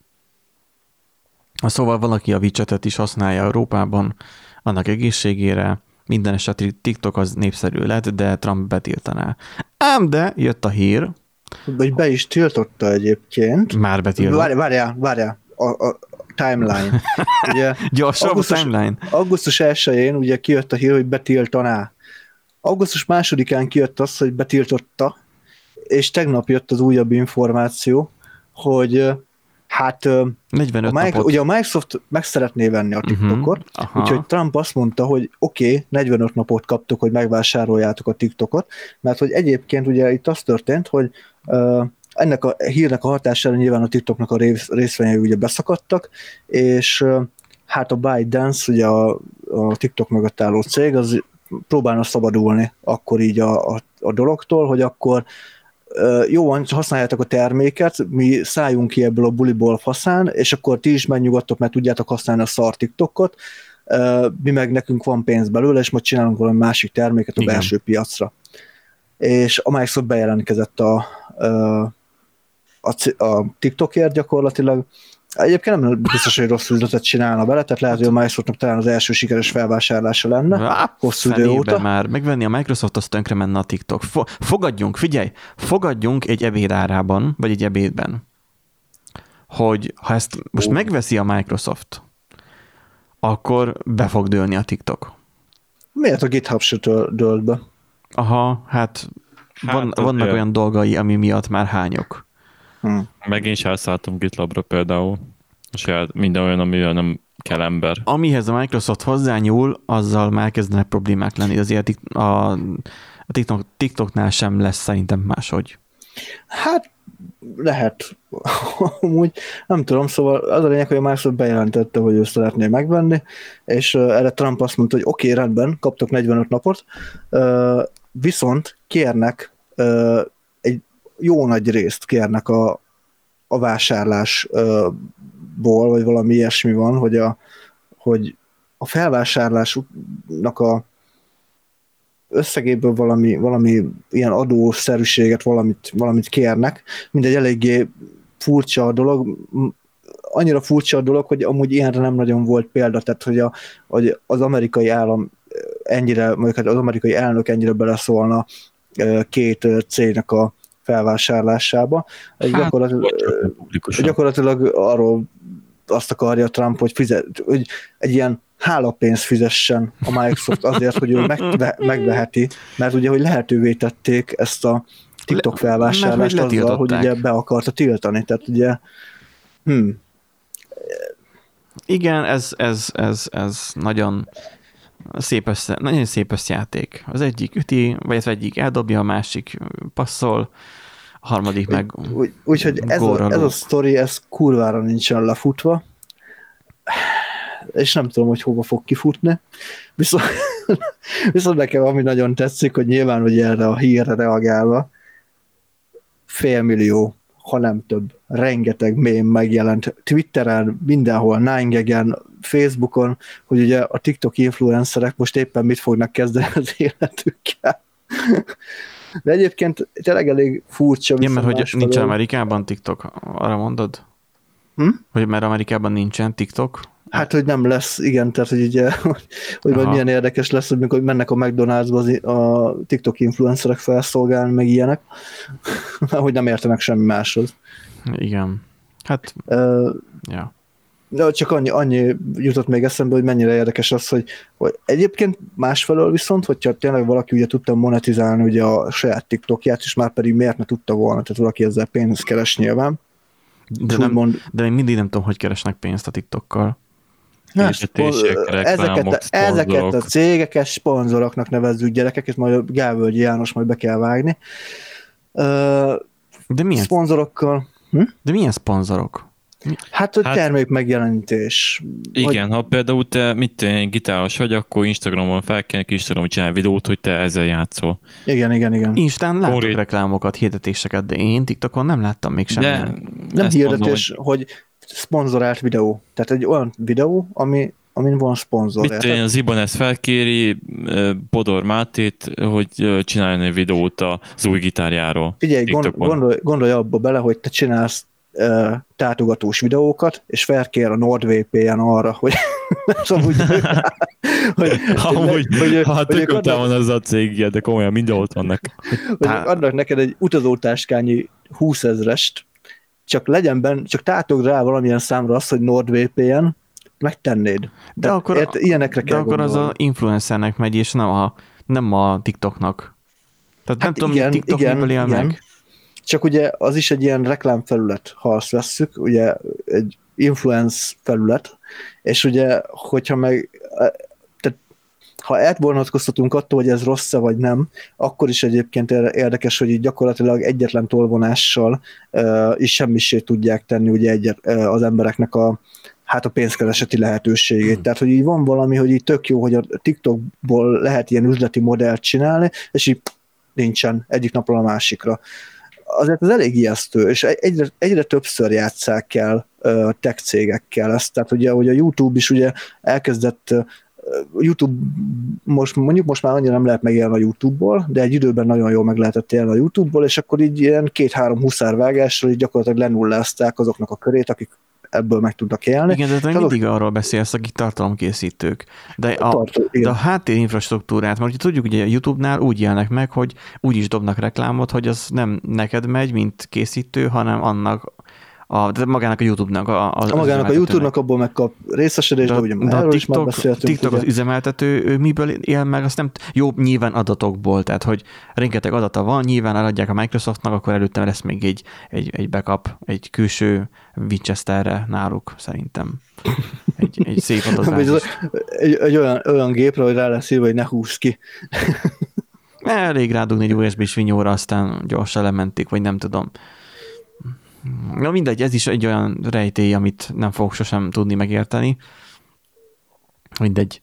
Szóval valaki a WeChat-et is használja Európában, annak egészségére, minden esetre TikTok az népszerű lett, de Trump betiltaná. Ám de jött a hír. Vagy be is tiltotta egyébként. Már betiltott. Várjál, várjál, várjál. A, a timeline. Ugye, Gyorsabb augusztus, a timeline. augusztus elsején ugye kijött a hír, hogy betiltaná. Augusztus másodikán kijött az, hogy betiltotta, és tegnap jött az újabb információ, hogy hát negyvenöt a Mike, napot. ugye a Microsoft meg szeretné venni a TikTokot, uh-huh. úgyhogy Trump azt mondta, hogy oké, okay, negyvenöt napot kaptok, hogy megvásároljátok a TikTokot, mert hogy egyébként ugye itt az történt, hogy uh, ennek a hírnek a hatására nyilván a TikToknak a rész, részvényei ugye beszakadtak, és uh, hát a ByteDance, ugye a, a TikTok mögött álló cég, az próbálna szabadulni akkor így a, a, a dologtól, hogy akkor jó van, használjátok a terméket, mi szálljunk ki ebből a buliból faszán, és akkor ti is megnyugodtok, mert tudjátok használni a szar TikTokot, mi meg nekünk van pénz belőle, és majd csinálunk valami másik terméket a Igen. belső piacra. És a Microsoft bejelentkezett a, a, a TikTokért gyakorlatilag. Egyébként nem biztos, hogy rossz üzletet csinálna bele, tehát lehet, hogy a Microsoftnak talán az első sikeres felvásárlása lenne. Á, hosszú idő óta. Már megvenni a Microsoft, azt tönkre menne a TikTok. Fogadjunk, figyelj, fogadjunk egy ebéd árában, vagy egy ebédben, hogy ha ezt most Ó. megveszi a Microsoft, akkor be fog dőlni a TikTok. Miért a GitHub se dőlt be? Aha, hát, hát van, vannak olyan, olyan dolgai, ami miatt már hányok. Hm. Meg én is elszálltam GitLabra például. Saját minden olyan, amivel nem kell ember. Amihez a Microsoft hozzányúl, azzal már kezdenek problémák lenni. Azért a, a TikTok, TikToknál sem lesz szerintem máshogy. Hát lehet. Amúgy nem tudom, szóval az a lényeg, hogy a Microsoft bejelentette, hogy ő szeretné megvenni, és uh, erre Trump azt mondta, hogy oké, okay, rendben, kaptok negyvenöt napot, uh, viszont kérnek uh, egy jó nagy részt kérnek a, a vásárlásból, vagy valami ilyesmi van, hogy a, hogy a felvásárlásnak a összegéből valami, valami ilyen adószerűséget, valamit, valamit kérnek. Mindegy, eléggé furcsa a dolog. Annyira furcsa a dolog, hogy amúgy ilyenre nem nagyon volt példa, tehát hogy, a, hogy az amerikai állam ennyire, mondjuk az amerikai elnök ennyire beleszólna két cégnek a felvásárlásába. Hát, gyakorlatilag, gyakorlatilag arról azt akarja Trump, hogy, fizet, hogy egy ilyen hálapénzt fizessen a Microsoft azért, hogy ő megve, megveheti, mert ugye, hogy lehetővé tették ezt a TikTok felvásárlást azzal, hogy ugye be akarta tiltani. Tehát ugye hm. Igen, ez, ez, ez, ez nagyon szép össze, nagyon szép összjáték. Az egyik üti, vagy az egyik eldobja, a másik passzol, a harmadik meg úgyhogy ez, a, ez a sztori, ez kurvára nincsen lefutva, és nem tudom, hogy hova fog kifutni. Viszont, viszont nekem ami nagyon tetszik, hogy nyilván, hogy erre a hírre reagálva félmillió, ha nem több, rengeteg mém megjelent Twitteren, mindenhol, nine gag-en, Facebookon, hogy ugye a TikTok influencerek most éppen mit fognak kezdeni az életükkel. De egyébként tényleg elég furcsa. Igen, mert hogy másfelől. nincsen Amerikában TikTok, arra mondod? Hm? Hogy mert Amerikában nincsen TikTok? Hát, hogy nem lesz, igen, tehát, hogy ugye, hogy majd milyen érdekes lesz, hogy mikor mennek a McDonald'sba a TikTok influencerek felszolgálni, meg ilyenek, hogy nem értenek semmi máshoz. Igen. Hát, uh, ja. De csak annyi, annyi jutott még eszembe, hogy mennyire érdekes az, hogy, hogy egyébként másfelől viszont, hogyha tényleg valaki ugye tudta monetizálni ugye a saját TikTokját, és már pedig miért ne tudta volna, tehát valaki ezzel pénzt keres nyilván. De, nem, mond, de én mindig nem tudom, hogy keresnek pénzt a TikTokkal. Ezeket, ezeket a cégeket szponzoroknak nevezzük, gyerekek, és majd a Gálvölgyi János majd be kell vágni. Uh, de milyen? Szponzorokkal. Hm? De milyen szponzorok? Mi? Hát, hogy hát, termék megjelenítés. Igen, vagy... ha például te mit te gitáros vagy, akkor Instagramon fel kell Instagramon csinálni videót, hogy te ezzel játszol. Igen, igen, igen. Instán látok Korét... reklámokat, hirdetéseket, de én TikTokon nem láttam még semmilyen. Nem hirdetés, mondom, hogy... hogy szponzorált videó. Tehát egy olyan videó, ami, amin van szponzor. Mit én, az Ibanez felkéri Bodor Mátét, hogy csináljon egy videót az új gitárjáról. Figyelj, gond, gondolj, gondolj abba bele, hogy te csinálsz uh, tátogatós videókat, és felkér a NordVPN arra, hogy hogy, hogy, hogy, hogy, ha tököltem van az a cég, de komolyan minden ott vannak. Hogy adnak neked egy utazótáskányi húszezrest, csak legyen benne, csak tátogd rá valamilyen számra azt, hogy NordVPN, megtennéd. De, de akkor, ért, ilyenekre de kell akkor gondolni. Az a influencernek megy, és nem a, nem a TikToknak. Tehát hát nem tudom, hogy TikTok igen, miből él igen. meg. Csak ugye az is egy ilyen reklámfelület, ha azt vesszük, ugye egy influence felület, és ugye, hogyha meg ha elvonatkoztatunk attól, hogy ez rossz-e vagy nem, akkor is egyébként érdekes, hogy így gyakorlatilag egyetlen tolvonással uh, is semmisé tudják tenni ugye egyet, uh, az embereknek a, hát a pénzkereseti lehetőségét. Hmm. Tehát, hogy így van valami, hogy így tök jó, hogy a TikTokból lehet ilyen üzleti modellt csinálni, és így nincsen egyik napról a másikra. Azért ez elég ijesztő, és egyre, egyre többször játsszák el uh, tech cégekkel ezt. Tehát ugye, hogy a YouTube is ugye elkezdett uh, YouTube, most, mondjuk most már annyira nem lehet megélni a YouTube-ból, de egy időben nagyon jól meg lehetett élni a YouTube-ból, és akkor így ilyen két-három huszárvágással így gyakorlatilag lenullázták azoknak a körét, akik ebből meg tudnak élni. Igen, de te azok... mindig arról beszélsz, akik tartalomkészítők. De a, Tartó, de a háttérinfrastruktúrát, mert ugye tudjuk, hogy a YouTube-nál úgy élnek meg, hogy úgy is dobnak reklámot, hogy az nem neked megy, mint készítő, hanem annak A, de magának a YouTube-nak. A, a magának a YouTube-nak abból megkap részesedést, de, de ugye de erről a TikTok, is már beszéltünk. TikTok ugye. Az üzemeltető, ő miből él meg, azt nem, jó, nyilván adatokból, tehát hogy rengeteg adata van, nyilván eladják a Microsoftnak, akkor előtte lesz még egy, egy, egy backup, egy külső Winchesterre náluk, szerintem. Egy, egy szép adatbázis. egy, egy olyan, olyan gépre, hogy rá lesz írva, hogy ne húzz ki. Elég rádugni egy u es bé-s vinyóra, aztán gyorsan lementik, vagy nem tudom. Na mindegy, ez is egy olyan rejtély, amit nem fogok sosem tudni megérteni. Mindegy.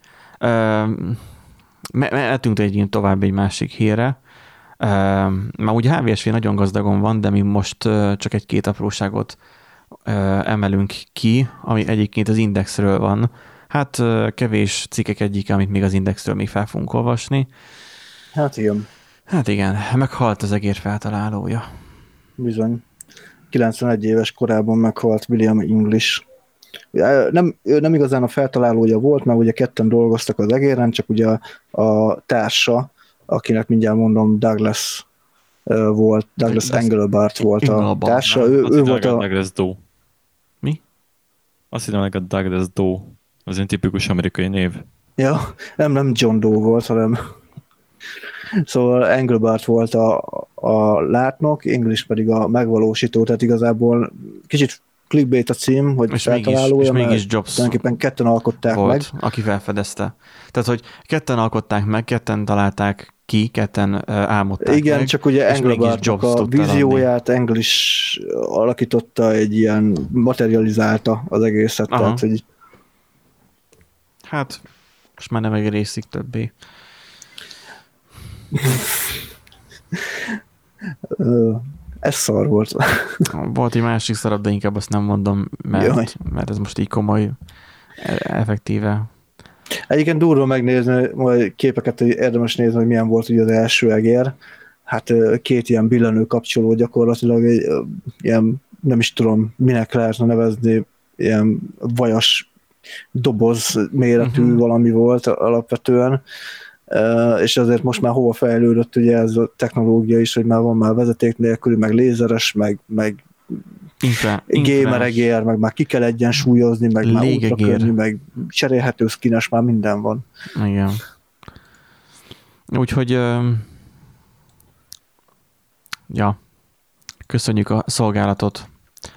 Mehetünk egy ilyen tovább egy másik hírre. Már ugye há vé es vé nagyon gazdagon van, de mi most csak egy-két apróságot emelünk ki, ami egyébként az Indexről van. Hát kevés cikkek egyik, amit még az Indexről még fel fogunk olvasni. Hát igen. Hát igen, meghalt az egér feltalálója. Bizony. kilencvenegy éves korában meghalt William English. Nem, ő nem igazán a feltalálója volt, mert ugye ketten dolgoztak az egéren, csak ugye a, a társa, akinek mindjárt mondom Douglas uh, volt, Douglas Engelbart volt a társa. Nem, ő, ő volt a... Douglas Doe. Mi? Azt hiszem, hogy a Douglas Doe. Az egy tipikus amerikai név. Ja, nem, nem John Doe volt, hanem... Szóval Engelbart volt a, a látnok, English pedig a megvalósító, tehát igazából kicsit clickbait a cím, hogy és feltalálója, mégis, és mert mégis Jobs tulajdonképpen ketten alkották volt, meg. Aki felfedezte. Tehát, hogy ketten alkották meg, ketten találták ki, ketten uh, álmodták Igen, meg, csak ugye Engelbartnak a vízióját English alakította, egy ilyen materializálta az egészet. Tehát, hogy... Hát, most már nem egészik többé. Ez szar volt. Volt egy másik szarabb, de inkább azt nem mondom, mert, mert ez most így komoly, effektíve. Egyébként durva megnézni, majd képeket érdemes nézni, hogy milyen volt ugye az első egér. hát két ilyen billenő kapcsoló gyakorlatilag egy, ilyen, nem is tudom, minek lehetne nevezni, ilyen vajas doboz méretű uh-huh. valami volt alapvetően, és ezért most már hova fejlődött ugye ez a technológia is, hogy már van már vezeték nélküli, meg lézeres, meg, meg gamer-egér, meg már ki kell egyensúlyozni, meg már útra könnyű, meg cserélhető skines, már minden van. Igen. Úgyhogy ja, köszönjük a szolgálatot.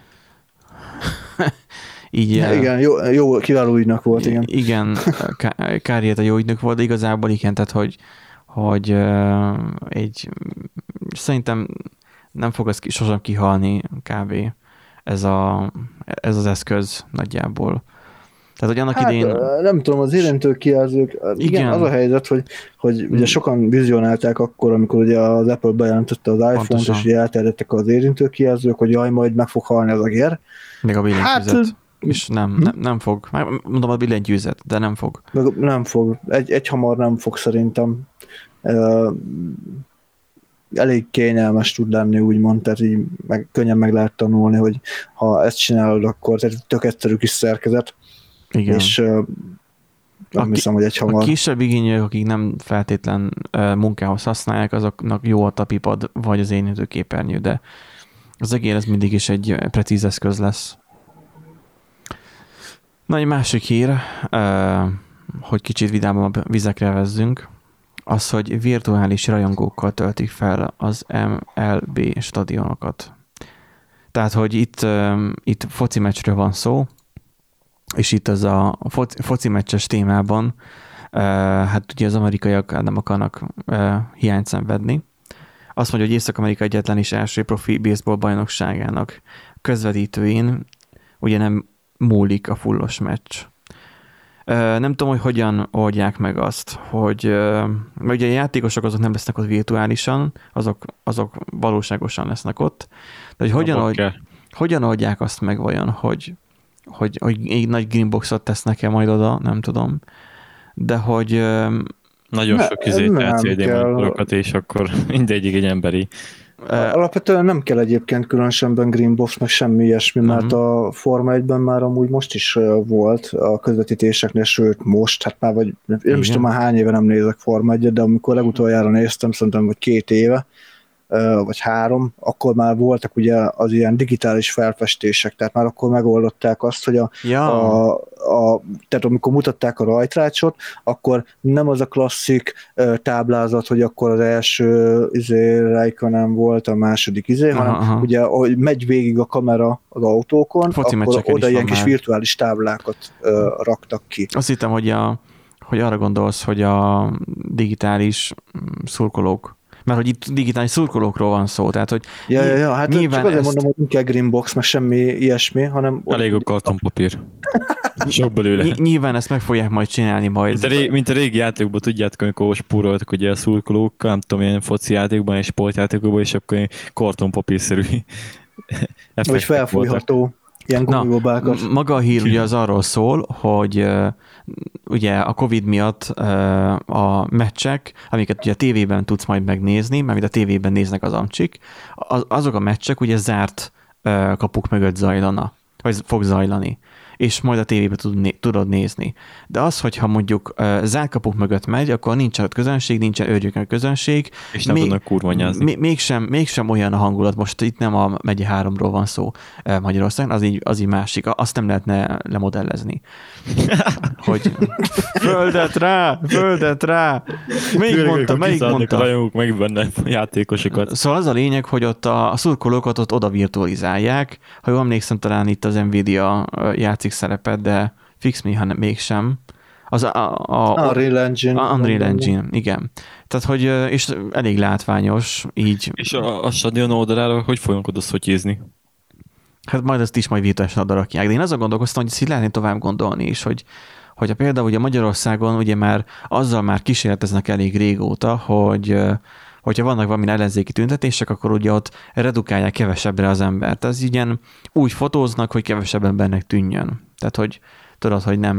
Így, ja, igen, jó, jó, kiváló ügynök volt, igen. Igen, Kárjét a jó ügynök volt, de igazából igen, tehát hogy, hogy egy, szerintem nem fog ez sosem kihalni kb. Ez, a, ez az eszköz nagyjából. Tehát, hogy annak hát, idén... nem tudom, az érintőkijelzők, igen, igen, az a helyzet, hogy, hogy ugye sokan vizionálták akkor, amikor ugye az Apple bejelentette az iPhone-t, és ugye elterjedtek az érintőkijelzők, hogy jaj, majd meg fog halni az a gér. Még a billentyűzet. Hát, és nem, hm? nem, nem fog. Mondom a billentyűzet, de nem fog. Meg nem fog. Egy, egy hamar nem fog szerintem. Uh, elég kényelmes tud lenni, úgymond, tehát így meg, könnyen meg lehet tanulni, hogy ha ezt csinálod, akkor tehát tök egyszerű kis szerkezet. Igen. És uh, nem a hiszem, hogy egy hamar. A kisebb igények, akik nem feltétlen uh, munkához használják, azoknak jó a tapipad, vagy az érintő képernyő, de az egér ez mindig is egy precíz eszköz lesz. Na, egy másik hír, uh, hogy kicsit vidámabb vizekre vezzünk, az, hogy virtuális rajongókkal töltik fel az em el bé stadionokat. Tehát, hogy itt, uh, itt foci meccsről van szó, és itt az a foci, foci meccses témában, uh, hát ugye az amerikaiak nem akarnak uh, hiányt szenvedni. Azt mondja, hogy Észak-Amerika egyetlen és első profi baseball bajnokságának közvetítőin ugye nem múlik a fullos meccs. Nem tudom, hogy hogyan oldják meg azt, hogy mert ugye a játékosok azok nem lesznek ott virtuálisan, azok, azok valóságosan lesznek ott, de hogy hogyan, old, hogyan oldják azt meg olyan, hogy, hogy, hogy egy nagy greenboxot tesznek-e majd oda, nem tudom, de hogy nagyon sok izét el cé dé monitorokat, és akkor mindegyik egy emberi. Alapvetően nem kell egyébként különösenben Greenbox, meg semmi ilyesmi, uh-huh. mert a Forma egyben már amúgy most is volt a közvetítéseknél, sőt most, hát már vagy, nem is tudom már hány éve nem nézek Forma egyet, de amikor legutoljára néztem, szerintem, hogy két éve, vagy három, akkor már voltak ugye az ilyen digitális felfestések, tehát már akkor megoldották azt, hogy a, ja. a, a tehát amikor mutatták a rajtrácsot, akkor nem az a klasszik táblázat, hogy akkor az első izé Raikkonen volt, a második izé, aha, hanem aha. ugye, hogy megy végig a kamera az autókon, foci akkor oda ilyen kis már. virtuális táblákat uh, raktak ki. Azt hittem, hogy, a, hogy arra gondolsz, hogy a digitális szurkolók, mert hogy itt digitális szurkolókról van szó, tehát hogy ja, ja, ja, hát nyilván csak azért ezt... mondom, hogy nem kell Greenbox, meg semmi ilyesmi, hanem... Elég a kartonpapír. Sok belőle. Ny- nyilván ezt meg fogják majd csinálni majd. Mint a, ré- mint a régi játékokban, tudjátok, amikor spóroltak ugye a szurkolókkal, nem tudom, ilyen foci játékokban és sportjátékokban, és akkor kartonpapírszerű vagy felfújható. Ilyen gumibobákat. Na, maga a hír ugye az arról szól, hogy uh, ugye a Covid miatt uh, a meccsek, amiket ugye a tévében tudsz majd megnézni, mert a tévében néznek az amcsik, az, azok a meccsek ugye zárt uh, kapuk mögött zajlana, vagy fog zajlani, és majd a tévében tud, né- tudod nézni. De az, hogyha mondjuk uh, zárt kapuk mögött megy, akkor nincsen ott közönség, nincsen őrjöken közönség. És nem tudnak kurvanyázni. Még, mégsem, mégsem olyan a hangulat, most itt nem a megye háromról van szó uh, Magyarországon, az így, az így másik, azt nem lehetne lemodellezni. Hogy földet rá, földet rá. Melyik mondta, melyik mondta? Rajongók meg benne játékosokat. Szóval az a lényeg, hogy ott a, a szurkolókat ott oda virtualizálják. Ha jól emlékszem, talán itt az Nvidia játszik szerepet, de fix me, hanem mégsem. Az a, a, a Unreal Engine. A Unreal Engine, igen. Tehát, hogy, és elég látványos, így. És a, a stadion oldalára hogy fogunk oda szotyizni? Hát majd ezt is majd virtuálisan oda rakják. De én azon gondolkoztam, hogy ezt így lehetne tovább gondolni is, hogy, hogy a például ugye Magyarországon ugye már azzal már kísérleteznek elég régóta, hogy hogyha vannak valami ellenzéki tüntetések, akkor ugye ott redukálják kevesebbre az embert. Az ilyen úgy fotóznak, hogy kevesebb embernek tűnjön. Tehát, hogy tudod, hogy nem...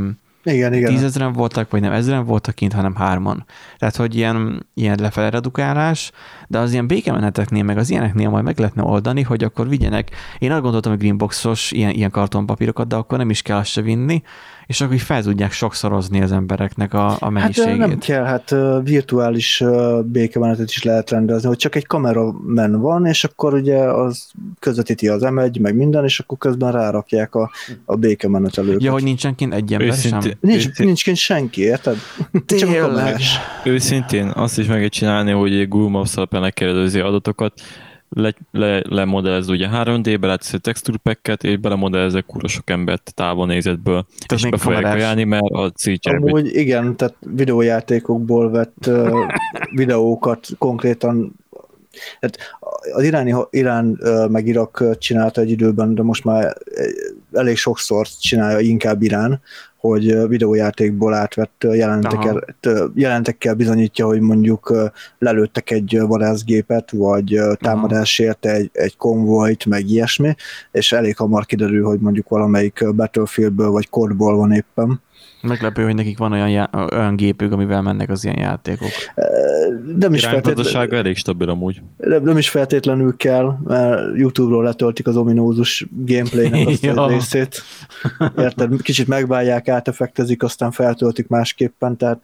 Igen, igen. Tízezren voltak, vagy nem ezren voltak kint, hanem hárman. Tehát, hogy ilyen, ilyen lefele redukálás, de az ilyen békemeneteknél, meg az ilyeneknél majd meg lehetne oldani, hogy akkor vigyenek. Én azt gondoltam, hogy Greenboxos ilyen, ilyen kartonpapírokat, de akkor nem is kell azt se vinni, és akkor így fel tudják sokszorozni az embereknek a, a mennyiségét. Hát nem kell, hát virtuális békemenetet is lehet rendezni, hogy csak egy kameramen van, és akkor ugye az közvetíti az em egy, meg minden, és akkor közben rárakják a, a békemenetelőket. Ja, hogy nincsen kint egy ember Őszintén, sem. Nincs, őszintén, nincs kint senki, érted? Csak a Tényleg. őszintén azt is meg kell csinálni, hogy Google Maps alapján lekérdezi adatokat, le, le, lemodellez ugye három dé-be, látsz egy textúrpacket, és belemodellezek kurva sok embert távolnézetből, és még be fogják kamerás. ajánlani, mert a cígyerbe. Amúgy igen, tehát videójátékokból vett uh, videókat konkrétan, tehát az iráni, Irán uh, meg Irak csinálta egy időben, de most már elég sokszor csinálja inkább Irán, hogy videójátékból átvett jelentekkel, jelentekkel bizonyítja, hogy mondjuk lelőttek egy vadászgépet, vagy támadásért egy, egy konvojt, meg ilyesmi, és elég hamar kiderül, hogy mondjuk valamelyik Battlefieldből vagy Codból van éppen. Meglepő, hogy nekik van olyan, já- olyan gépük, amivel mennek az ilyen játékok. Nem is, Iránygazdasága elég stabil amúgy. nem, nem is feltétlenül kell, mert YouTube-ról letöltik az ominózus gameplaynek azt Ja. a részét. Érted? Kicsit megválják, átefektezik, aztán feltöltik másképpen, tehát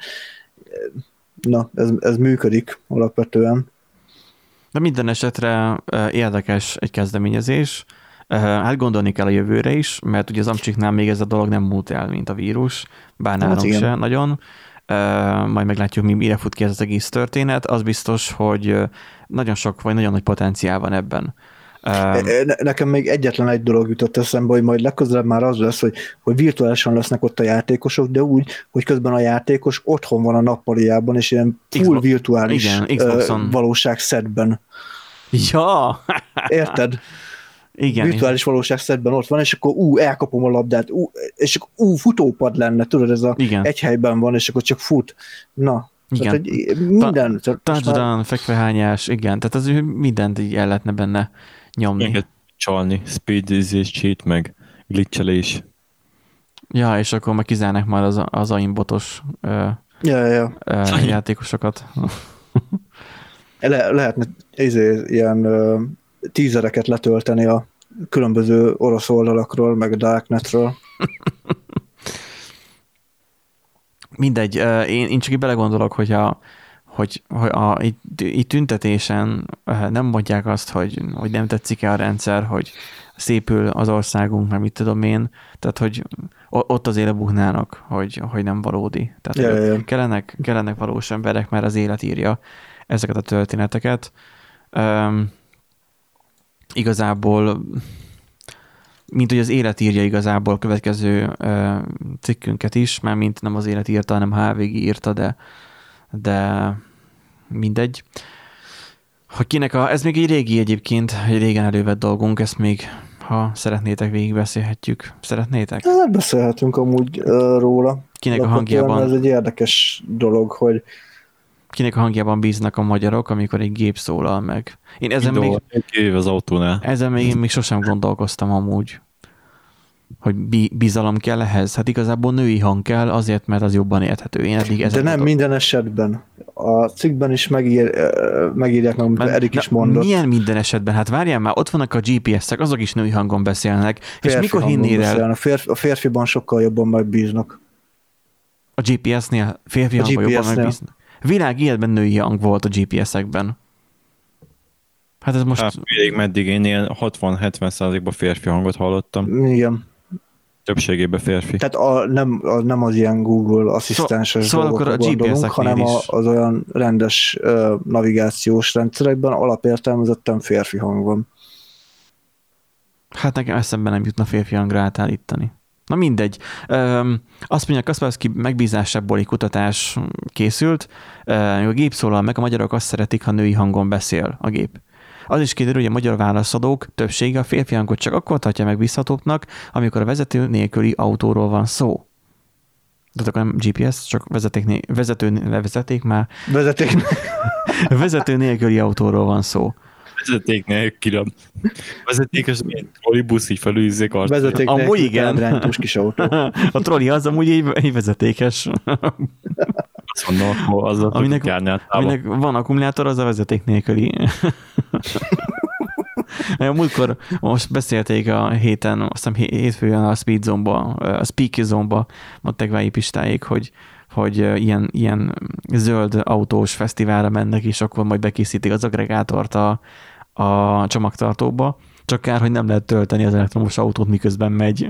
na, ez, ez működik alapvetően. De minden esetre eh, érdekes egy kezdeményezés. Eh, Hát gondolni kell a jövőre is, mert ugye az Amcsiknál még ez a dolog nem múlt el, mint a vírus, bár Hát nálunk igen. se nagyon. Eh, Majd meglátjuk, mi mire fut ki ez az egész történet. Az biztos, hogy eh, nagyon sok, vagy nagyon nagy potenciál van ebben. Eh, Ne- Nekem még egyetlen egy dolog jutott eszembe, hogy majd legközelebb már az lesz, hogy, hogy virtuálisan lesznek ott a játékosok, de úgy, hogy közben a játékos otthon van a nappaliában, és ilyen full Xbox- virtuális igen, Xboxon. ö, valóságszedben. Ja! Érted? Igen. Virtuális valóságszedben ott van, és akkor ú, elkapom a labdát, ú, és akkor ú, futópad lenne, tudod, ez a Igen. egy helyben van, és akkor csak fut. Na, Igen. tehát, hogy minden. Tehát most már- Touchdown, fekvehányás, igen, tehát az mindent így el lehetne benne nyomni. Ilyenket csalni, speed és cheat, meg glitchelés. Ja, és akkor meg kizárnak már az, az aimbotos ö, Ja, ja. ö, játékosokat. Le, lehetne izé, ilyen ö, tízereket letölteni a különböző orosz oldalakról, meg a Darknetről. Mindegy, ö, én, én csak így belegondolok, hogy a, hogy, hogy a, itt, itt tüntetésen ö, nem mondják azt, hogy, hogy nem tetszik-e a rendszer, hogy szépül az országunk, mert mit tudom én, tehát hogy o- ott az élebuknának, hogy, hogy nem valódi. Tehát Ja, hogy ja, ja. Kellenek, kellenek valós emberek, mert az élet írja ezeket a történeteket. Um, igazából, mint hogy az élet írja igazából a következő uh, cikkünket is, már mint nem az élet írta, hanem há vé gé írta, de, de mindegy. Ha kinek a, ez még egy régi egyébként, egy régen elővett dolgunk, ezt még, ha szeretnétek, végigbeszélhetjük. Szeretnétek? Hát beszélhetünk amúgy uh, róla. Kinek a Alapvetően hangjában, Ez egy érdekes dolog, hogy kinek a hangjában bíznak a magyarok, amikor egy gép szólal meg. Én ezen még, Indul egy év az autónál. ezen még én még sosem gondolkoztam amúgy, hogy bi- bizalom kell ehhez. Hát igazából női hang kell, azért, mert az jobban érthető. Én eddig de ezen nem gondol- minden esetben. A cikkben is megír, ö, megírják, meg, amit Mert- Erik is na, mondott. Milyen minden esetben? Hát várjál már, ott vannak a gé pé es-ek, azok is női hangon beszélnek. És Férfi mikor hangon hinnél el beszélnek. A, férfi, a férfiban sokkal jobban megbíznak. a gé pé es-nél? Férfi A hangon jobban gé pé es-nél. megbíznak. Világ életben női hang volt a gé pé es-ekben. Hát ez most... Hát félig meddig én ilyen hatvan-hetven százalékban férfi hangot hallottam. Igen. Többségében férfi. Tehát a, nem, a, nem az ilyen Google asszisztenses szóval dolgokra akkor a gé pé gondolunk, es-eknél hanem a, is. az olyan rendes uh, navigációs rendszerekben alapértelmezetten férfi hang van. Hát nekem eszembe nem jutna férfi hangra átállítani. Na mindegy. Öm, azt mondja, Kaspersky megbízásából egy kutatás készült. Öm, a gép szólal meg, a magyarok azt szeretik, ha női hangon beszél a gép. Az is kiderül, hogy a magyar válaszadók többsége a férfi hangot csak akkor tartja megbízhatóbbnak, amikor a vezető nélküli autóról van szó. Tehát akkor nem gé pé es, csak vezeték, né- vezető, vezeték már, Vezeték. vezető nélküli autóról van szó. Vezeték nélkül. Vezetékes milyen trollibusz, így felülízzék arcra. Vezeték Amúgy nélkül igen. elrendós kis autó. A trolli az amúgy egy, egy vezetékes. Azt mondom, akkor azzal Aminek, tudjuk járni általában. aminek van akkumulátor, az a vezeték nélküli. Múltkor most beszélték a héten, azt hiszem hétfőn a Speed Zone-ba, a Speaky Zone-ba mondták Váji Pistáék, hogy, hogy ilyen, ilyen zöld autós fesztiválra mennek, és akkor majd bekészítik az agregátort a, a csomagtartóba. Csak kár, hogy nem lehet tölteni az elektromos autót, miközben megy.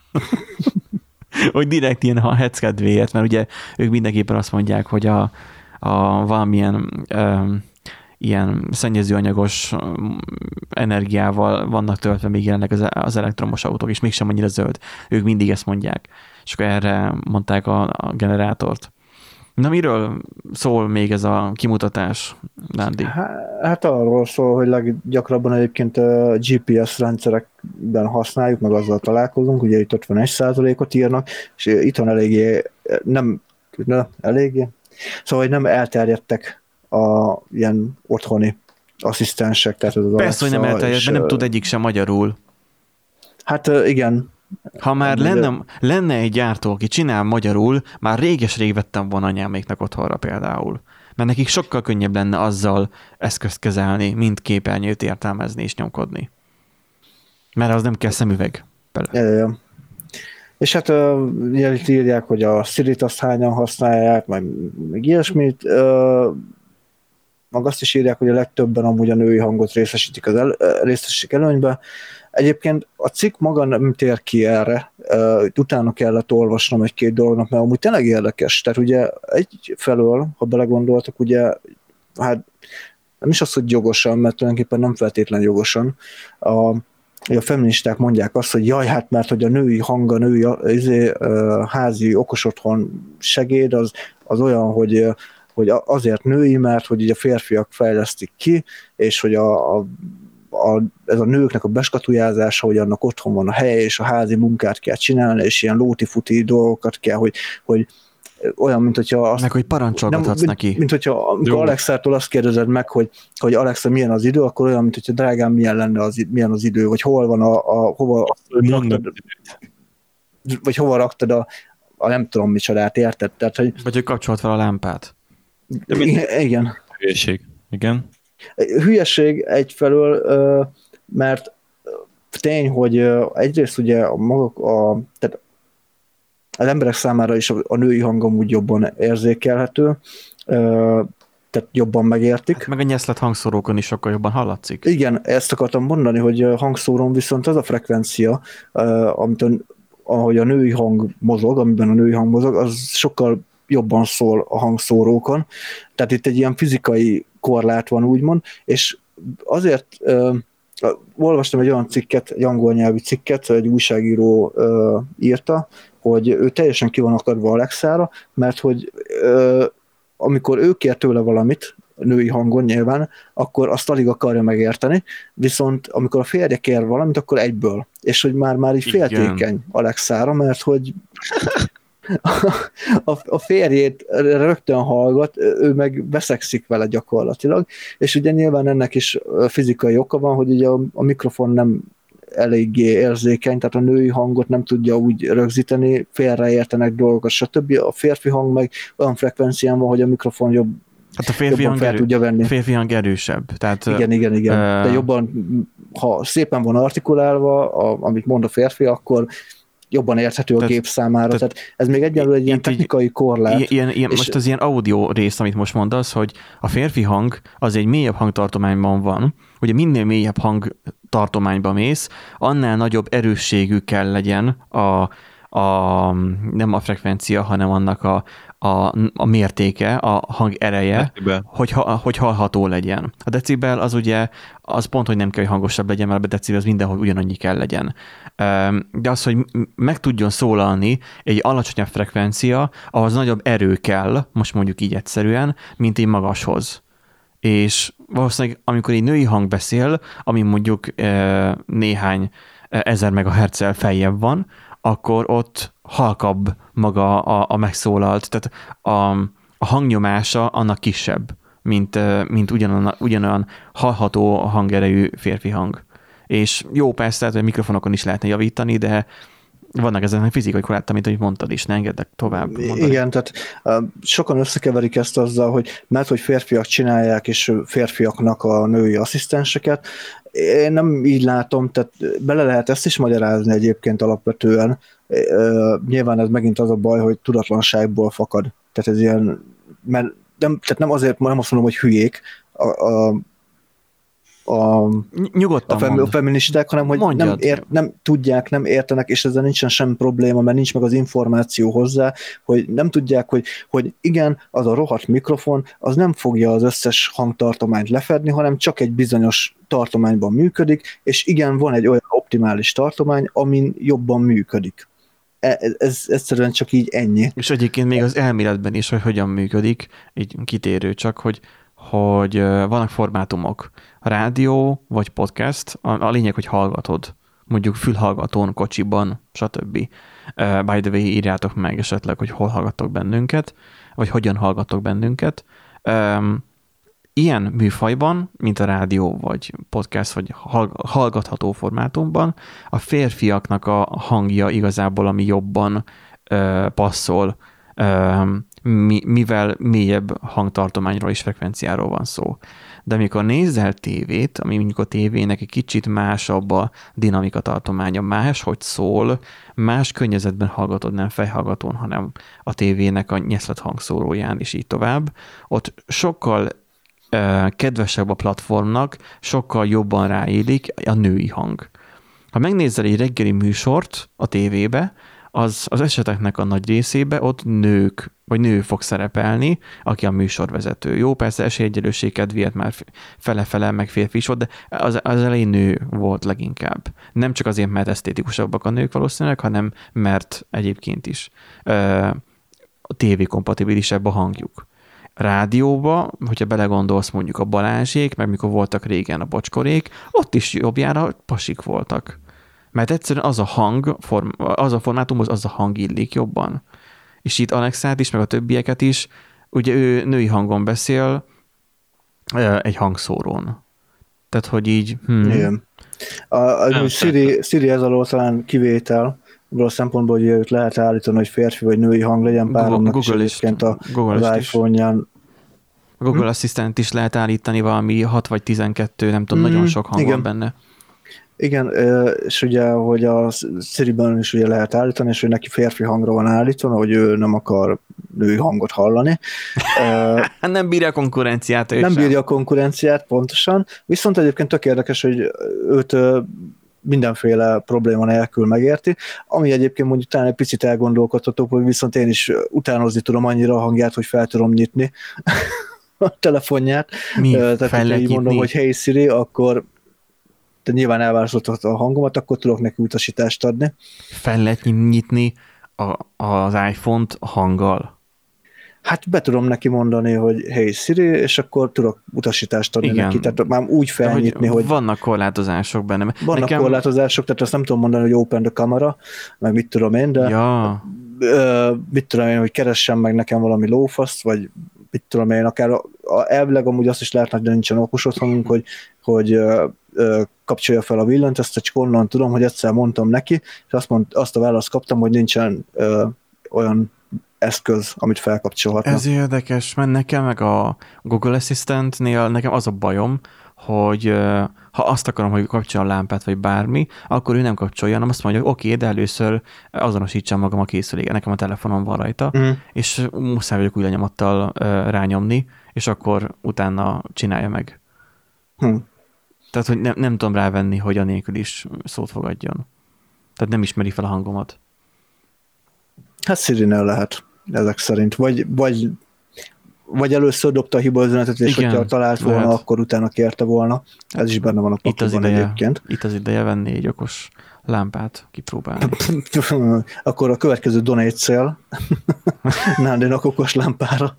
Hogy direkt ilyen a hetz kedvéért, mert ugye ők mindenképpen azt mondják, hogy a, a valamilyen um, ilyen szennyezőanyagos energiával vannak töltve még jelenleg az, az elektromos autók, és mégsem annyira zöld. Ők mindig ezt mondják. És akkor erre mondták a, a generátort. Na miről szól még ez a kimutatás, Nándi? Hát arról szól, hogy leggyakrabban egyébként a gé pé es rendszerekben használjuk, meg azzal találkozunk, ugye itt ötvenegy százalékot írnak, és itthon eléggé, nem, nem eléggé, szóval hogy nem elterjedtek a ilyen otthoni asszisztensek. Tehát az Persze, hogy nem elterjedt, mert nem tud egyik sem magyarul. Hát igen. Ha már lenne, lenne egy gyártó, aki csinál magyarul, már réges-rég vettem volna anyáméknak otthonra például. Mert nekik sokkal könnyebb lenne azzal eszközt kezelni, mint képernyőt értelmezni és nyomkodni. Mert az nem kell szemüveg. Ja, ja. És hát uh, itt írják, hogy a Siri-t azt hányan használják, meg, meg ilyesmit. Uh, meg azt is írják, hogy a legtöbben amúgy a női hangot részesítik az el, részesítik előnybe. Egyébként a cikk maga nem tér ki erre, uh, utána kellett olvasnom egy-két dolognak, mert amúgy tényleg érdekes. Tehát ugye egyfelől, ha belegondoltak, ugye, hát nem is az, hogy jogosan, mert tulajdonképpen nem feltétlenül jogosan, a, a feministák mondják azt, hogy jaj, hát mert hogy a női hang, a női izé, uh, házi okos otthon segéd, az, az olyan, hogy, hogy azért női, mert hogy a férfiak fejlesztik ki, és hogy a, a A, ez a nőknek a beskatujázása, hogy annak otthon van a helye, és a házi munkát kell csinálni, és ilyen lóti-futi dolgokat kell, hogy, hogy olyan, mint hogyha azt... Meg, hogy parancsolgathatsz nem, neki. Mint, mint hogyha amikor Alexától azt kérdezed meg, hogy, hogy Alexa, milyen az idő, akkor olyan, mint hogyha drágám, milyen lenne az, milyen az idő, vagy hol van a... a hova raktad, vagy hova raktad a, a nem tudom micsodát, érted? Tehát, hogy, vagy hogy kapcsolt fel a lámpát. Igen. Hülyeség. Igen. Hülyeség egyfelől, mert tény, hogy egyrészt ugye a maguk, a, tehát az emberek számára is a női hang amúgy jobban érzékelhető, tehát jobban megértik. Hát meg a nyeszlet hangszórókon is sokkal jobban hallatszik. Igen, ezt akartam mondani, hogy hangszórón viszont az a frekvencia, amit a, ahogy a női hang mozog, amiben a női hang mozog, az sokkal jobban szól a hangszórókon. Tehát itt egy ilyen fizikai korlát van, úgymond, és azért uh, olvastam egy olyan cikket, egy angol nyelvű cikket, egy újságíró uh, írta, hogy ő teljesen ki van akadva Alexára, mert hogy uh, amikor ő kér tőle valamit, női hangon nyilván, akkor azt alig akarja megérteni, viszont amikor a férje kér valamit, akkor egyből. És hogy már, már így féltékeny Alexára, mert hogy A, a férjét rögtön hallgat, ő meg veszekszik vele gyakorlatilag, és ugye nyilván ennek is fizikai oka van, hogy ugye a, a mikrofon nem eléggé érzékeny, tehát a női hangot nem tudja úgy rögzíteni, félreértenek dolgokat, stb. A férfi hang meg olyan frekvencián van, hogy a mikrofon jobb, hát a férfi hang, fel erő, tudja venni. Férfi hang erősebb. Tehát, igen, igen, igen. Uh, De jobban, ha szépen van artikulálva, a, amit mond a férfi, akkor jobban érthető a tehát, gép számára. Tehát, tehát ez még egyelőre egy ilyen technikai korlát. Ilyen, ilyen, és most az ilyen audio rész, amit most mondasz, hogy a férfi hang az egy mélyebb hangtartományban van. Ugye minél mélyebb hangtartományba mész, annál nagyobb erősségű kell legyen a, a nem a frekvencia, hanem annak a, a, a mértéke, a hang ereje, hogy, hogy hallható legyen. A decibel az ugye, az pont, hogy nem kell, hogy hangosabb legyen, mert a decibel az mindenhol ugyanannyi kell legyen. De az, hogy meg tudjon szólalni egy alacsonyabb frekvencia, ahhoz nagyobb erő kell, most mondjuk így egyszerűen, mint egy magashoz. És valószínűleg, amikor egy női hang beszél, ami mondjuk néhány ezer megahertzel feljebb van, akkor ott halkabb maga a, a megszólalt, tehát a, a hangnyomása annak kisebb mint, mint ugyanolyan, ugyanolyan hallható hangerejű férfi hang. És jó, persze, tehát, hogy mikrofonokon is lehetne javítani, de vannak ezen a fizikai korlát, amit hogy mondtad is, ne engedlek tovább mondani. Igen, tehát uh, sokan összekeverik ezt azzal, hogy mert hogy férfiak csinálják, és férfiaknak a női asszisztenseket. Én nem így látom, tehát bele lehet ezt is magyarázni egyébként alapvetően. Uh, nyilván ez megint az a baj, hogy tudatlanságból fakad. Tehát ez ilyen, mert nem, tehát nem azért, nem azt mondom, hogy hülyék, a, a a, Nyugodtan a, fem, a feministák, hanem hogy nem, ért, nem tudják, nem értenek, és ezzel nincsen semmi probléma, mert nincs meg az információ hozzá, hogy nem tudják, hogy, hogy igen, az a rohadt mikrofon, az nem fogja az összes hangtartományt lefedni, hanem csak egy bizonyos tartományban működik, és igen, van egy olyan optimális tartomány, amin jobban működik. Ez, ez egyszerűen csak így ennyi. És egyébként még az elméletben is, hogy hogyan működik, így kitérő csak, hogy hogy vannak formátumok, rádió vagy podcast, a, a lényeg, hogy hallgatod, mondjuk fülhallgatón, kocsiban, stb. Uh, by the way, írjátok meg esetleg, hogy hol hallgattok bennünket, vagy hogyan hallgattok bennünket. Um, ilyen műfajban, mint a rádió, vagy podcast, vagy hallgatható formátumban, a férfiaknak a hangja igazából, ami jobban uh, passzol, um, Mi, mivel mélyebb hangtartományról és frekvenciáról van szó. De amikor nézel tévét, ami mondjuk a tévének egy kicsit másabb a dinamika tartománya, más, hogy szól, más környezetben hallgatod, nem fejhallgatón, hanem a tévének a nyeszlet hangszóróján, és így tovább, ott sokkal uh, kedvesebb a platformnak, sokkal jobban ráélik a női hang. Ha megnézel egy reggeli műsort a tévébe, az, az eseteknek a nagy részébe ott nők, vagy nő fog szerepelni, aki a műsorvezető. Jó, persze esélyegyenlőség kedvéért már fele-fele, meg férfi is volt, de az, az elején nő volt leginkább. Nem csak azért, mert esztétikusabbak a nők valószínűleg, hanem mert egyébként is a tévé-kompatibilisebb a hangjuk. Rádióba, hogyha belegondolsz mondjuk a Balázsék, meg mikor voltak régen a Bocskorék, ott is jobbjára pasik voltak. Mert egyszerűen az a hang, form, az a formátumhoz az a hang illik jobban. És itt Alexát is, meg a többieket is, ugye ő női hangon beszél egy hangszórón. Tehát, hogy így... Hmm. Igen. A, a Siri, Siri ez alól talán kivétel, abban a szempontból, hogy őt lehet állítani, hogy férfi vagy női hang legyen páromnak, és egyébként a, az iPhone-ján. A Google hm? Assistant is lehet állítani valami hat vagy tizenkettő, nem tudom, mm, nagyon sok hang igen. van benne. Igen, és ugye, hogy a Siri-ben is ugye lehet állítani, és hogy neki férfi hangra van állítva, hogy ő nem akar női hangot hallani. Nem bírja a konkurenciát. Nem sem. bírja a konkurenciát, pontosan. Viszont egyébként tök érdekes, hogy őt mindenféle probléma nélkül megérti, ami egyébként mondjuk talán egy picit elgondolkodható, hogy viszont én is utánozni tudom annyira a hangját, hogy fel tudom nyitni a telefonját. Mi? Tehát, hogyha így mondom, hogy hey Siri, akkor te nyilván elválasztottak a hangomat, akkor tudok neki utasítást adni. Fel lehet nyitni a, az iPhone-t hanggal? Hát be tudom neki mondani, hogy hey Siri, és akkor tudok utasítást adni Igen. neki. Tehát már úgy felnyitni, hogy... Vannak korlátozások benne. Vannak Nekem... korlátozások, tehát azt nem tudom mondani, hogy open the camera, meg mit tudom én, de ja. ö, mit tudom én, hogy keressen meg nekem valami lófaszt, vagy mit tudom én, akár a, a, elvileg amúgy azt is lehetne, de nincsen okos otthonunk, hogy, hogy ö, ö, kapcsolja fel a villanyt, ezt csak onnan tudom, hogy egyszer mondtam neki, és azt, mond, azt a választ kaptam, hogy nincsen ö, olyan eszköz, amit felkapcsolhatna. Ez érdekes, mert nekem meg a Google Assistant-nél nekem az a bajom, hogy ha azt akarom, hogy kapcsolja a lámpát, vagy bármi, akkor ő nem kapcsolja, hanem azt mondja, hogy oké, okay, de először azonosítsam magam a készüléken, nekem a telefonom van rajta, mm. és muszáj vagyok új lenyomattal rányomni, és akkor utána csinálja meg. Hm. Tehát, hogy nem, nem tudom rávenni, hogy anélkül is szót fogadjon. Tehát nem ismeri fel a hangomat. Hát Siri-nél lehet, ezek szerint. Vagy, vagy, vagy először dobta a hibaüzenetet, és Igen, hogyha talált volna, lehet. Akkor utána kérte volna. Ez is benne van a pakliban egyébként. Itt az ideje venni egy okos lámpát, kipróbálni. Akkor a következő donate cél Nándinak okos lámpára.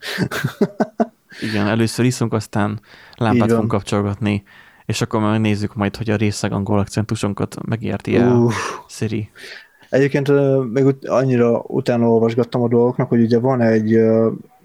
Igen, először iszunk, aztán lámpát fogunk kapcsolgatni, és akkor majd nézzük majd, hogy a részeg angol akcentusunkat megérti el uh. Siri. Egyébként még annyira utána olvasgattam a dolgoknak, hogy ugye van egy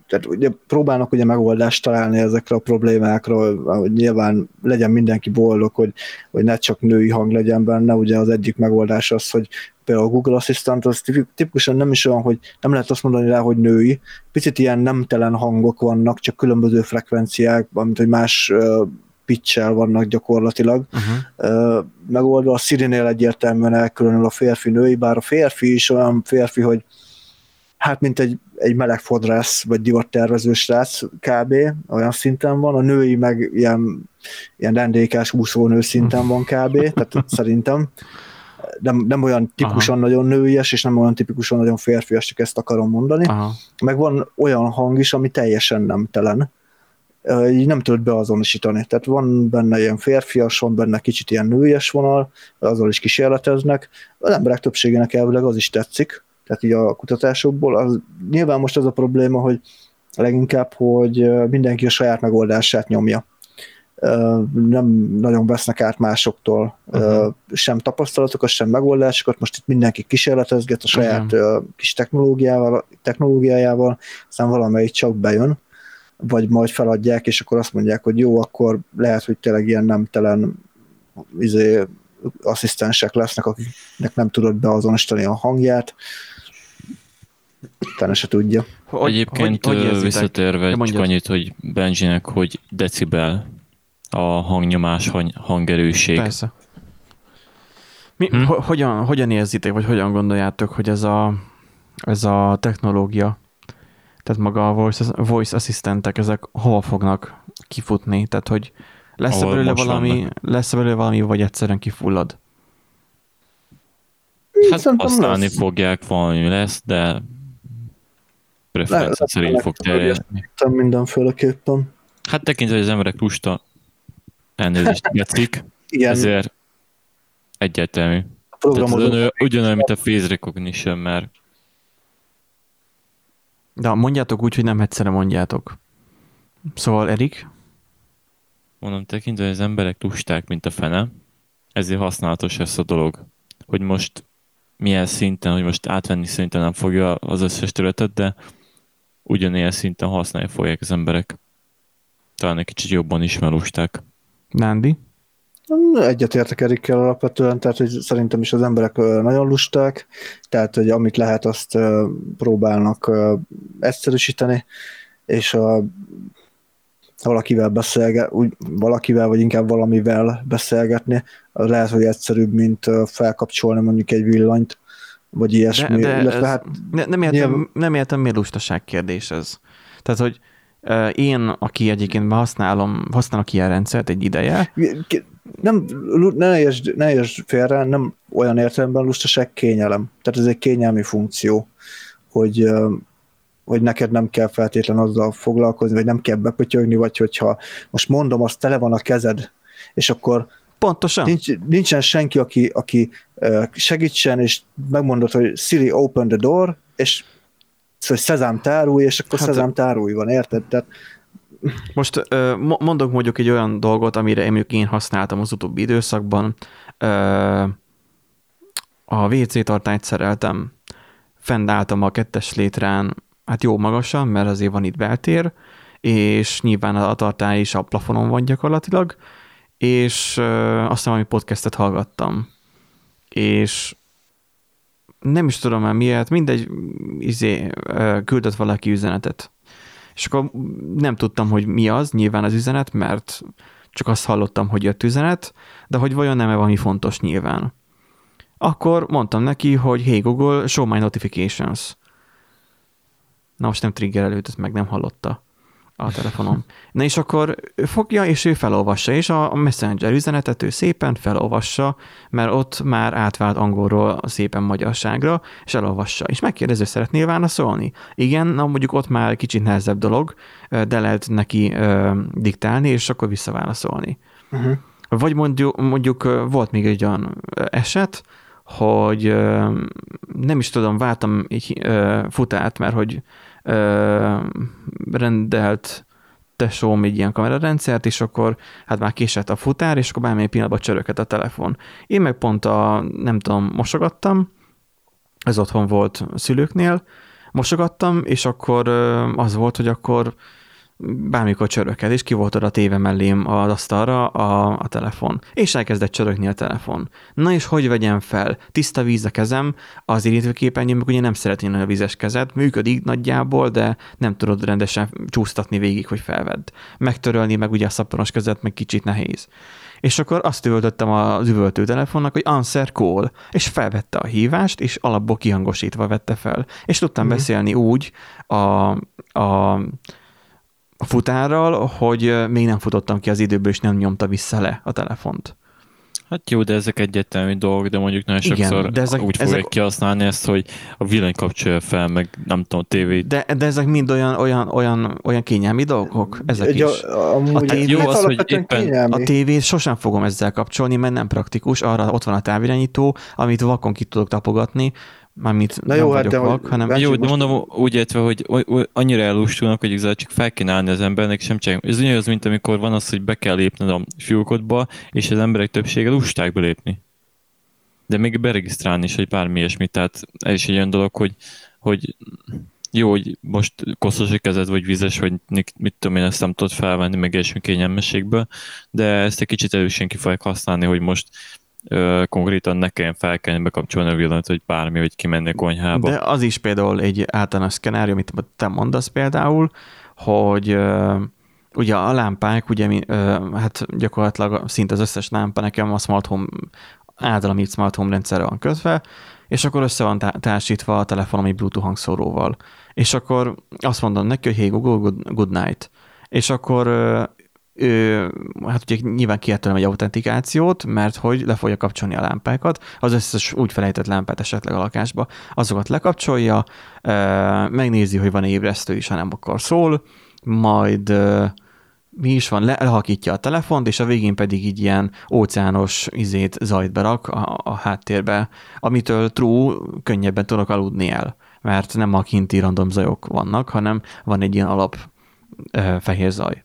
tehát ugye próbálnak ugye megoldást találni ezekre a problémákra, hogy nyilván legyen mindenki boldog, hogy, hogy ne csak női hang legyen benne, ugye az egyik megoldás az, hogy például a Google Assistant az tipikusan nem is olyan, hogy nem lehet azt mondani rá, hogy női, picit ilyen nemtelen hangok vannak, csak különböző frekvenciák, mint hogy más pitch-el vannak gyakorlatilag. Uh-huh. Megoldva a Siri-nél egyértelműen elkülönül a férfi-női, bár a férfi is olyan férfi, hogy hát mint egy, egy meleg fodrász, vagy divattervező srác kb. Olyan szinten van, a női meg ilyen, ilyen rendékás úszónő szinten van kb. Tehát szerintem nem, nem olyan tipikusan Aha. nagyon nőies, és nem olyan tipikusan nagyon férfias, csak ezt akarom mondani. Aha. Meg van olyan hang is, ami teljesen nemtelen. Így nem tudod beazonosítani. Tehát van benne ilyen férfias, van benne kicsit ilyen nőies vonal, azzal is kísérleteznek. Az emberek többségének elvileg az is tetszik, tehát így a kutatásokból. Az, nyilván most az a probléma, hogy leginkább, hogy mindenki a saját megoldását nyomja. Nem nagyon vesznek át másoktól uh-huh. sem tapasztalatokat, sem megoldásokat. Most itt mindenki kísérletezget a saját uh-huh. kis technológiával, technológiájával, aztán valamelyik csak bejön, vagy majd feladják, és akkor azt mondják, hogy jó, akkor lehet, hogy tényleg ilyen nemtelen izé, asszisztensek lesznek, akiknek nem tudod beazonosítani a hangját. Utána se tudja. Hogy, Egyébként hogy, hogy visszatérve csak annyit, hogy Benjinek, hogy decibel a hangnyomás, hang, hangerőség. Persze. Mi, hm? ho, hogyan, hogyan érzitek, vagy hogyan gondoljátok, hogy ez a, ez a technológia, tehát maga a voice, voice asszisztentek, ezek hova fognak kifutni? Tehát, hogy lesz-e belőle valami, lesz belőle valami, vagy egyszerűen kifullad? Hát Szerintem használni lesz. fogják, valami lesz, de preferencia szerint fog terjedni. Mindenféleképpen. Hát tekintve, hogy az emberek lusta elnézést gecik, ezért egyértelmű. Tehát ugyanolyan, mint a face recognition, mert de mondjátok úgy, hogy nem egyszerre mondjátok. Szóval, Erik? Mondom, tekintve, hogy az emberek lusták, mint a fene, ezért használatos ez a dolog. Hogy most milyen szinten, hogy most átvenni szerintem nem fogja az összes területet, de ugyanilyen szinten használni fogják az emberek. Talán egy kicsit jobban is, mert lusták. Nándi? Egyetértek Erikkel alapvetően, tehát hogy szerintem is az emberek nagyon lusták, tehát hogy amit lehet, azt próbálnak egyszerűsíteni, és a valakivel beszélget, úgy valakivel, vagy inkább valamivel beszélgetni, az lehet, hogy egyszerűbb, mint felkapcsolni mondjuk egy villanyt, vagy ilyesmi. De, de hát, ne, nem, értem, nyilván... nem értem, miért lustaság kérdés ez. Tehát, hogy én, aki egyébként használom, használok ilyen rendszert egy ideje. Nem, ne értsd, ne értsd félre, nem olyan értelemben lustaság, kényelem. Tehát ez egy kényelmi funkció, hogy, hogy neked nem kell feltétlenül azzal foglalkozni, vagy nem kell bepötyögni, vagy hogyha most mondom, az tele van a kezed, és akkor pontosan. Nincs, nincsen senki, aki, aki segítsen, és megmondod, hogy Siri, open the door, és hogy szezám tárulj, és akkor hát, szezám tárulj van, érted? Tehát... Most uh, mondok mondjuk egy olyan dolgot, amire én, én használtam az utóbbi időszakban. Uh, a vé cé tartályt szereltem, fennálltam a kettes létrán, hát jó magasan, mert azért van itt beltér, és nyilván a tartály is a plafonon van gyakorlatilag, és uh, aztán valami podcastet hallgattam. És nem is tudom már miért, mindegy, izé, küldött valaki üzenetet. És akkor nem tudtam, hogy mi az, nyilván az üzenet, mert csak azt hallottam, hogy jött üzenet, de hogy vajon nem-e valami fontos nyilván. Akkor mondtam neki, hogy hey Google, show my notifications. Na most nem triggerelődött, ezt meg nem hallotta a telefonom. Na és akkor ő fogja, és ő felolvassa, és a Messenger üzenetet ő szépen felolvassa, mert ott már átvált angolról szépen magyarságra, és elolvassa. És megkérdező, szeretnél válaszolni? Igen, na mondjuk ott már kicsit nehezebb dolog, de lehet neki uh, diktálni, és akkor visszaválaszolni. Uh-huh. Vagy mondjuk, mondjuk volt még egy olyan eset, hogy uh, nem is tudom, váltam egy uh, futárt, mert hogy Uh, rendelt tesóm egy ilyen kamerarendszert, és akkor hát már késett a futár, és akkor bármely pillanatban csöröghet a telefon. Én meg pont a, nem tudom, mosogattam, ez otthon volt szülőknél, mosogattam, és akkor az volt, hogy akkor bármikor csöröghet, és ki volt oda téve mellém az asztalra a, a telefon. És elkezdett csörögni a telefon. Na és hogy vegyem fel? Tiszta víz a kezem, az érintőképernyőn, meg ugye nem szeretném a vizes kezet, működik nagyjából, de nem tudod rendesen csúsztatni végig, hogy felvedd. Megtörölni meg ugye a szappanos kezet, meg kicsit nehéz. És akkor azt üvöltöttem az üvöltő telefonnak, hogy answer call, és felvette a hívást, és alapból kihangosítva vette fel. És tudtam mm. beszélni úgy a, a a futárral, hogy még nem futottam ki az időből, és nem nyomta vissza le a telefont. Hát jó, de ezek egyértelmű dolgok, de mondjuk nagyon igen, sokszor de ezek, úgy fogják ezek... kihasználni ezt, hogy a villany kapcsolja fel, meg nem tudom, tévét. De, de ezek mind olyan, olyan, olyan, olyan kényelmi dolgok, ezek Egy, is. A, a, a tévét, jó az, hogy éppen... a tévét sosem fogom ezzel kapcsolni, mert nem praktikus, arra ott van a távirányító, amit vakon ki tudok tapogatni, mármint Na nem jó, vagyok hát vak, de, hanem... Jó, de mondom úgy értve, hogy annyira elustulnak, hogy igazából csak fel kéne állni az embernek, sem csak. Ez ugyanaz, mint amikor van az, hogy be kell lépned a fiókodba, és az emberek többsége lusták belépni. De még beregisztrálni is, hogy bármi ilyesmi. Tehát ez is egy olyan dolog, hogy, hogy jó, hogy most koszos a kezed, vagy vizes, vagy mit tudom én, ezt nem tudod felvenni, meg ilyesmi kényelmességből, de ezt egy kicsit erősen ki fogják használni, hogy most Ö, konkrétan ne kelljen felkelni, bekapcsolni a villanyt, hogy bármi, hogy kimenni a konyhába. De az is például egy általános szkenárió, amit te mondasz például, hogy ö, ugye a lámpák, ugye mi, ö, hát gyakorlatilag szinte az összes lámpa nekem a smart home, általam így smart home rendszerre van kötve, és akkor össze van társítva a telefonom egy Bluetooth hangszóróval. És akkor azt mondom neki, hogy hey Google, good, good night. És akkor ö, Ö, hát ugye nyilván kért tőlem egy autentikációt, mert hogy le fogja kapcsolni a lámpákat, az összes úgy felejtett lámpát esetleg a lakásba, azokat lekapcsolja, ö, megnézi, hogy van ébresztő is, ha nem akkor szól, majd ö, mi is van, le, lehakítja a telefont, és a végén pedig így ilyen óceános izét, zajt berak a, a háttérbe, amitől true, könnyebben tudok aludni el, mert nem a kinti random zajok vannak, hanem van egy ilyen alap ö, fehér zaj.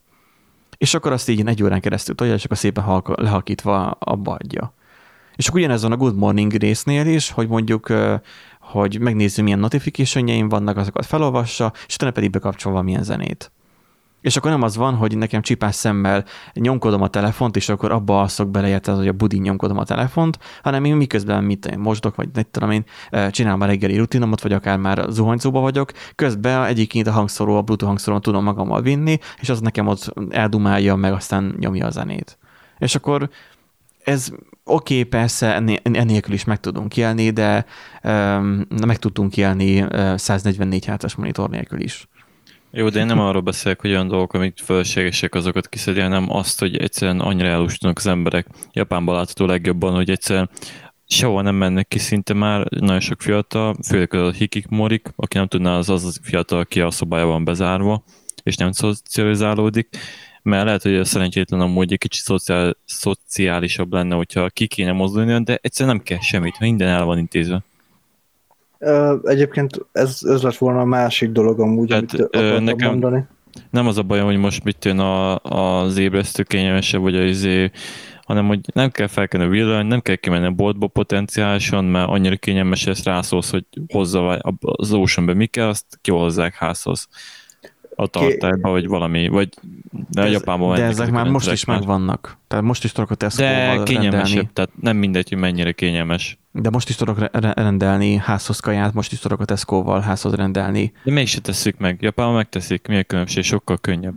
És akkor azt így egy órán keresztül tolja, és akkor szépen halka, lehakítva abba adja. És akkor ugyanez van a Good Morning résznél is, hogy mondjuk, hogy megnézzük, milyen notification-jeim vannak, azokat felolvassa, és utána pedig bekapcsol valamilyen zenét. És akkor nem az van, hogy nekem csipás szemmel nyomkodom a telefont, és akkor abba alszok bele, érted, hogy a budin nyomkodom a telefont, hanem én miközben mit én mosdok, vagy nem tudom én, csinálom a reggeli rutinomot, vagy akár már zuhanyzóba vagyok, közben egyébként a hangszóró, a Bluetooth hangszórón tudom magammal vinni, és az nekem ott eldumálja, meg aztán nyomja a zenét. És akkor ez oké, okay, persze ennélkül is meg tudunk élni, de um, meg tudtunk élni száznegyvennégy hertzes monitor nélkül is. Jó, de én nem arról beszélek, hogy olyan dolgok, amik fölöslegesek, azokat kiszedni, hanem azt, hogy egyszerűen annyira elustalnak az emberek. Japánban látható legjobban, hogy egyszerűen sehol nem mennek ki szinte már, nagyon sok fiatal, főleg a hikik-morik, aki nem tudná, az az fiatal, aki a szobája van bezárva, és nem szocializálódik, mert lehet, hogy a szerencsétlen amúgy egy kicsit szociál, szociálisabb lenne, hogyha ki kéne mozdulni, de egyszerűen nem kell semmit, minden el van intézve. Egyébként ez, ez lett volna a másik dolog amúgy, hát, amit akartam nekem mondani. Nem az a bajom, hogy most mit jön a, az ébresztő kényelmesebb, vagy az izé, hanem hogy nem kell felkenni a villany, nem kell kimenni a boltba potenciálisan, mert annyira kényelmes, ezt rászólsz, hogy hozza az Oceanbe mi kell, azt kihozzák házhoz. A tartályba, vagy valami, vagy de a Japánban. De ezek már most is már. megvannak. Tehát most is tudok a Tesco-val de kényelmesebb, tehát nem mindegy, hogy mennyire kényelmes. De most is tudok rendelni házhoz kaját, most is tudok a Tesco-val házhoz rendelni. De mégse tesszük meg. Japánban megteszik. Mi a különbség? Sokkal könnyebb.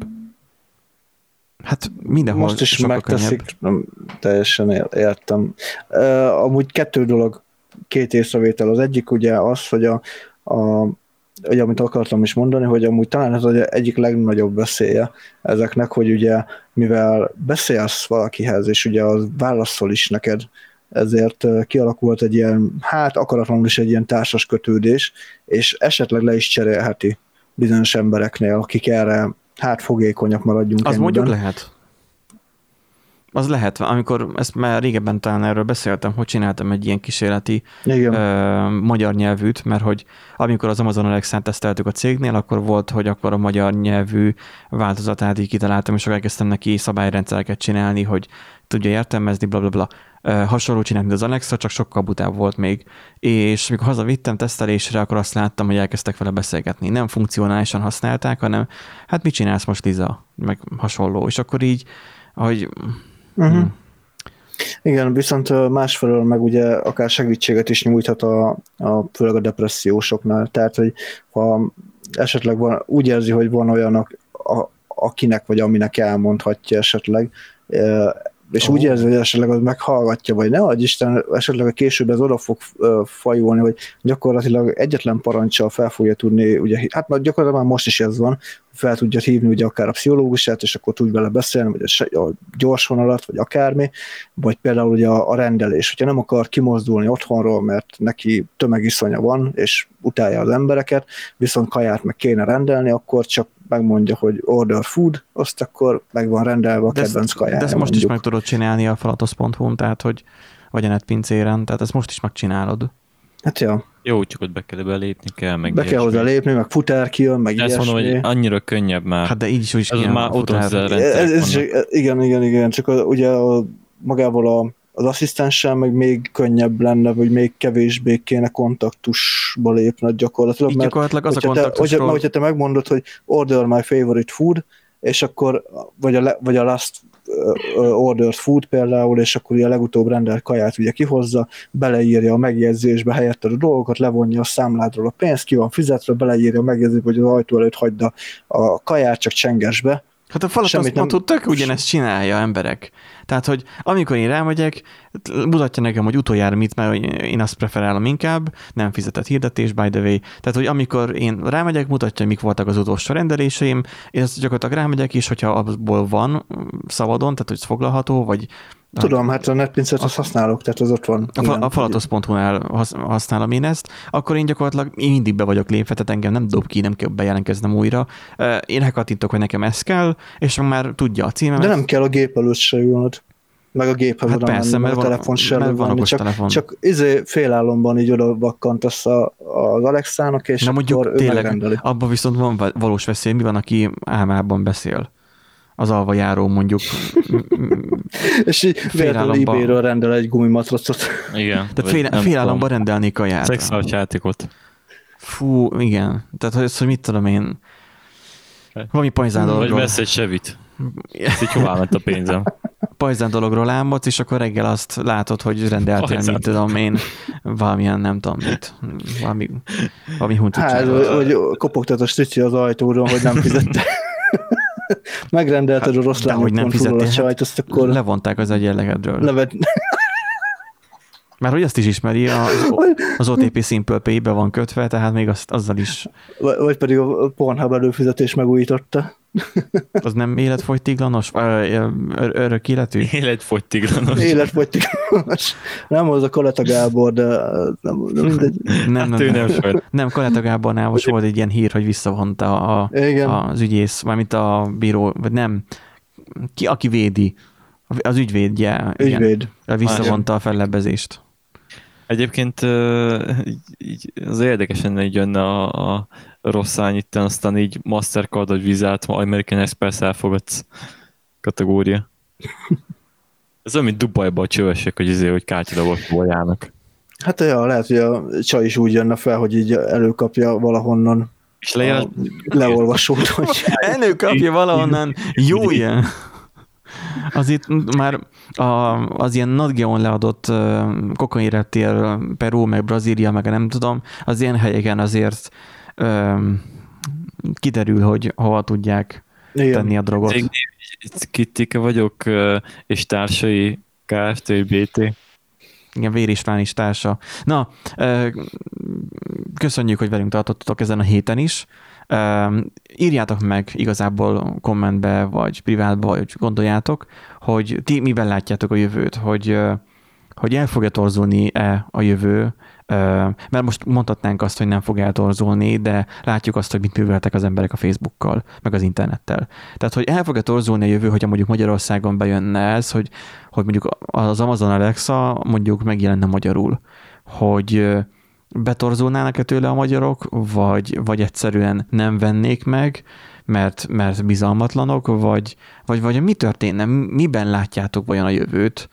Hát mindenhol most is megteszik, nem, teljesen értem. Uh, amúgy kettő dolog, két észrevétel. Az egyik ugye az, hogy a, a ugye, amit akartam is mondani, hogy amúgy talán ez az egyik legnagyobb veszélye ezeknek, hogy ugye mivel beszélsz valakihez, és ugye az válaszol is neked, ezért kialakult egy ilyen, hát akaratlanul is egy ilyen társas kötődés, és esetleg le is cserélheti bizonyos embereknél, akik erre hát fogékonyak maradjunk. Az ennyiben. Mondjuk lehet. Az lehet, amikor ezt már régebben talán erről beszéltem, hogy csináltam egy ilyen kísérleti Igen. ö, magyar nyelvűt, mert hogy amikor az Amazon Alexát teszteltük a cégnél, akkor volt, hogy akkor a magyar nyelvű változatát így kitaláltam, és akkor elkezdtem neki szabályrendszereket csinálni, hogy tudja értelmezni, blablabla. Bla, bla. Hasonló csinálni, az Alexa, csak sokkal butább volt még. És amikor hazavittem tesztelésre, akkor azt láttam, hogy elkezdtek vele beszélgetni. Nem funkcionálisan használták, hanem hát mit csinálsz most, Liza? Meg hasonló. És akkor így, hogy... Uh-huh. Hmm. Igen, viszont másfelől meg ugye akár segítséget is nyújthat a, a főleg a depressziósoknál. Tehát, hogy ha esetleg van, úgy érzi, hogy van olyan, a, akinek vagy aminek elmondhatja esetleg, és oh. úgy érzi, hogy esetleg az meghallgatja, vagy ne adj Isten, esetleg a később ez oda fog fajulni, hogy gyakorlatilag egyetlen parancsal fel fogja tudni, ugye, hát gyakorlatilag már most is ez van, fel tudja hívni ugye akár a pszichológusát, és akkor tudj vele beszélni, vagy a gyors vonalat, vagy akármi, vagy például ugye a, a rendelés. Hogyha nem akar kimozdulni otthonról, mert neki tömegiszonya van, és utálja az embereket, viszont kaját meg kéne rendelni, akkor csak megmondja, hogy order food, azt akkor meg van rendelve a de kedvenc kajája. De ezt most mondjuk. Is meg tudod csinálni a falatos pont hu-n, tehát hogy vagy a netpincéren, tehát ezt most is megcsinálod. Hát ja. Jó, csak ott be kell belépni kell, meg Be kell hozzá lépni, meg futár kijön, meg ilyesmi. Ezt mondom, hogy annyira könnyebb már. Hát de így is úgy is ez már futár. Ez, ez igen, igen, igen, csak a, ugye a, magával a, az asszisztenssel meg még könnyebb lenne, vagy még kevésbé kéne kontaktusba lépned gyakorlatilag. Így mert gyakorlatilag az hogyha a kontaktusról... Te, hogyha, hogyha te megmondod, hogy order my favorite food, és akkor, vagy a, vagy a last ordered food például, és akkor ugye a legutóbb rendelt kaját ugye kihozza, beleírja a megjegyzésbe helyetted a dolgokat, levonja a számládról a pénzt, ki van fizetve, beleírja a megjegyzésbe, hogy az ajtó előtt hagyd a, a kaját, csak csenges be. Hát a falatos pontot tök ugyanezt csinálja emberek. Tehát, hogy amikor én rámegyek, mutatja nekem, hogy utoljára mit, mert én azt preferálom inkább, nem fizetett hirdetés, by the way. Tehát, hogy amikor én rámegyek, mutatja, hogy mik voltak az utolsó rendeléseim, én azt gyakorlatilag rámegyek, és hogyha abból van szabadon, tehát, hogy foglalható, vagy tudom, hát a netpincet azt használok, tehát az ott van. A, a falatos pont hu-nál használom én ezt, akkor én gyakorlatilag én mindig be vagyok lépve, tehát engem nem dob ki, nem kell bejelentkeznem újra. Én hekattintok, hogy nekem ez kell, és már tudja a címemet. De nem kell a gép előtt se ülnöd, meg a géphez hát oda persze, menni, mert a van, telefon se mert van okos csak, telefon. Csak izé félállomban így oda vakkantasz a, az Alexának, és na mondjuk akkor ő tényleg, megrendeli. abban viszont van valós veszély, mi van, aki álmában beszél? Az alvajáró mondjuk. És így véletlenül eBay-ről rendel egy gumimatracot. Igen. Tehát fél, félállamban rendelni kaját. Szexuális játékot. Fú, igen. Tehát, hogy, hogy mit tudom én, valami pajzán dologról. Vagy vesz egy Chevy-t. Ez így hová ment a pénzem. Pajzán dologról álmodsz, és akkor reggel azt látod, hogy rendeltél, pajzán. Mit tudom én, valamilyen, nem tudom mit, valami, valami huncutságot. Hát, hogy kopogtat a strici az ajtóról, hogy nem fizette. Megrendelted hát, a rossz lányok pont hu-ról a csajt, azt akkor... Levonták az egyenlegedről. Levet... Már hogy azt is ismeri, az, az o té pé Simple Pay-be van kötve, tehát még azt, azzal is... Vagy pedig a Pornhub előfizetés megújította. Az nem életfogytiglanos? Örök életű? Életfogytiglanos. Életfogytiglanos. Nem az a Kaleta Gábor, de nem, nem mindegy. Nem, nem, nem, nem. nem Kaleta Gábornál most volt egy ilyen hír, hogy visszavonta a, az ügyész, mármint a bíró, vagy nem, ki, aki védi, az ügyvédje. Ügyvéd. Igen, visszavonta a fellebbezést. Egyébként az érdekesen így jönne a, a rossz ányitten, aztán így Mastercard vagy Vizát, American Express elfogadsz kategória. Ez olyan, mint Dubajban a csövesek, hogy izé, hogy kártyadobotból járnak. Hát ja, lehet, hogy a csaj is úgy jönne fel, hogy így előkapja valahonnan és lejel... leolvasót. Hogy... Előkapja valahonnan, jó ilyen. Az itt már a, az ilyen NatGeon leadott kokainreptér, Peru, meg Brazília, meg nem tudom, az ilyen helyeken azért um, kiderül, hogy hova tudják igen. tenni a drogot. Kittike vagyok, és társai Kft. bé té. Igen, Vér István is társa. Na, köszönjük, hogy velünk tartottatok ezen a héten is. Uh, írjátok meg igazából kommentbe, vagy privátba, vagy gondoljátok, hogy ti miben látjátok a jövőt, hogy, uh, hogy el fogja torzulni-e a jövő, mert most mondhatnánk azt, hogy nem fog eltorzulni, de látjuk azt, hogy mit műveltek az emberek a Facebookkal, meg az internettel. Tehát, hogy el fog-e torzulni a jövő, hogyha mondjuk Magyarországon bejönne ez, hogy, hogy mondjuk az Amazon Alexa mondjuk megjelenne magyarul, hogy betorzulnának-e tőle a magyarok, vagy, vagy egyszerűen nem vennék meg, mert, mert bizalmatlanok, vagy, vagy, vagy mi történne? Miben látjátok vajon a jövőt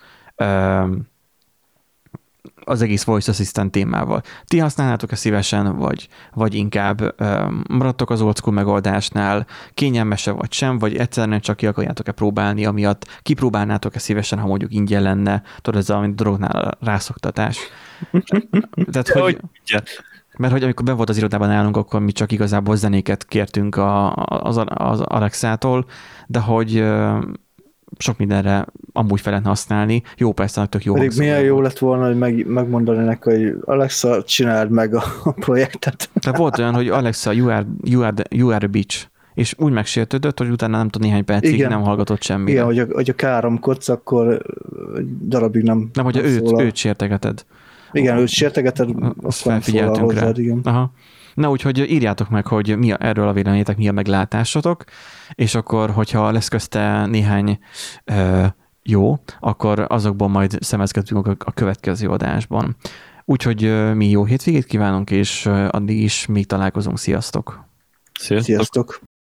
az egész Voice Assistant témával? Ti használnátok-e szívesen, vagy, vagy inkább maradtok az old school megoldásnál, kényelmese vagy sem, vagy egyszerűen csak ki akarjátok-e próbálni, amiatt kipróbálnátok-e szívesen, ha mondjuk ingyen lenne, tudod, ez a drognál a rászoktatás. Tehát, hogy, mert hogy amikor ben volt az irodában állunk, akkor mi csak igazából zenéket kértünk a, az, az Alexától, de hogy sok mindenre amúgy fel lehetne használni. Jó, persze, tök jó. Pedig milyen jó lett volna, hogy meg, megmondani neki, hogy Alexa, csináld meg a, a projektet. Tehát volt olyan, hogy Alexa, you are, you are, the, you are a bitch. És úgy megsértődött, hogy utána nem tudom, néhány percig igen. nem hallgatott semmire. Igen, hogy a, hogy a káromkodsz, akkor darabig nem Nem, hogy őt, őt sértegeted. Igen, őt sértegeted, azt felfigyeltünk rá. Hozzád, igen. Aha. Na, úgyhogy írjátok meg, hogy mi a, erről a véleményetek, mi a meglátásotok, és akkor, hogyha lesz közte néhány ö, jó, akkor azokból majd szemezgetünk a, a következő adásban. Úgyhogy ö, mi jó hétvégét kívánunk, és ö, addig is még találkozunk. Sziasztok! Sziasztok! Sziasztok.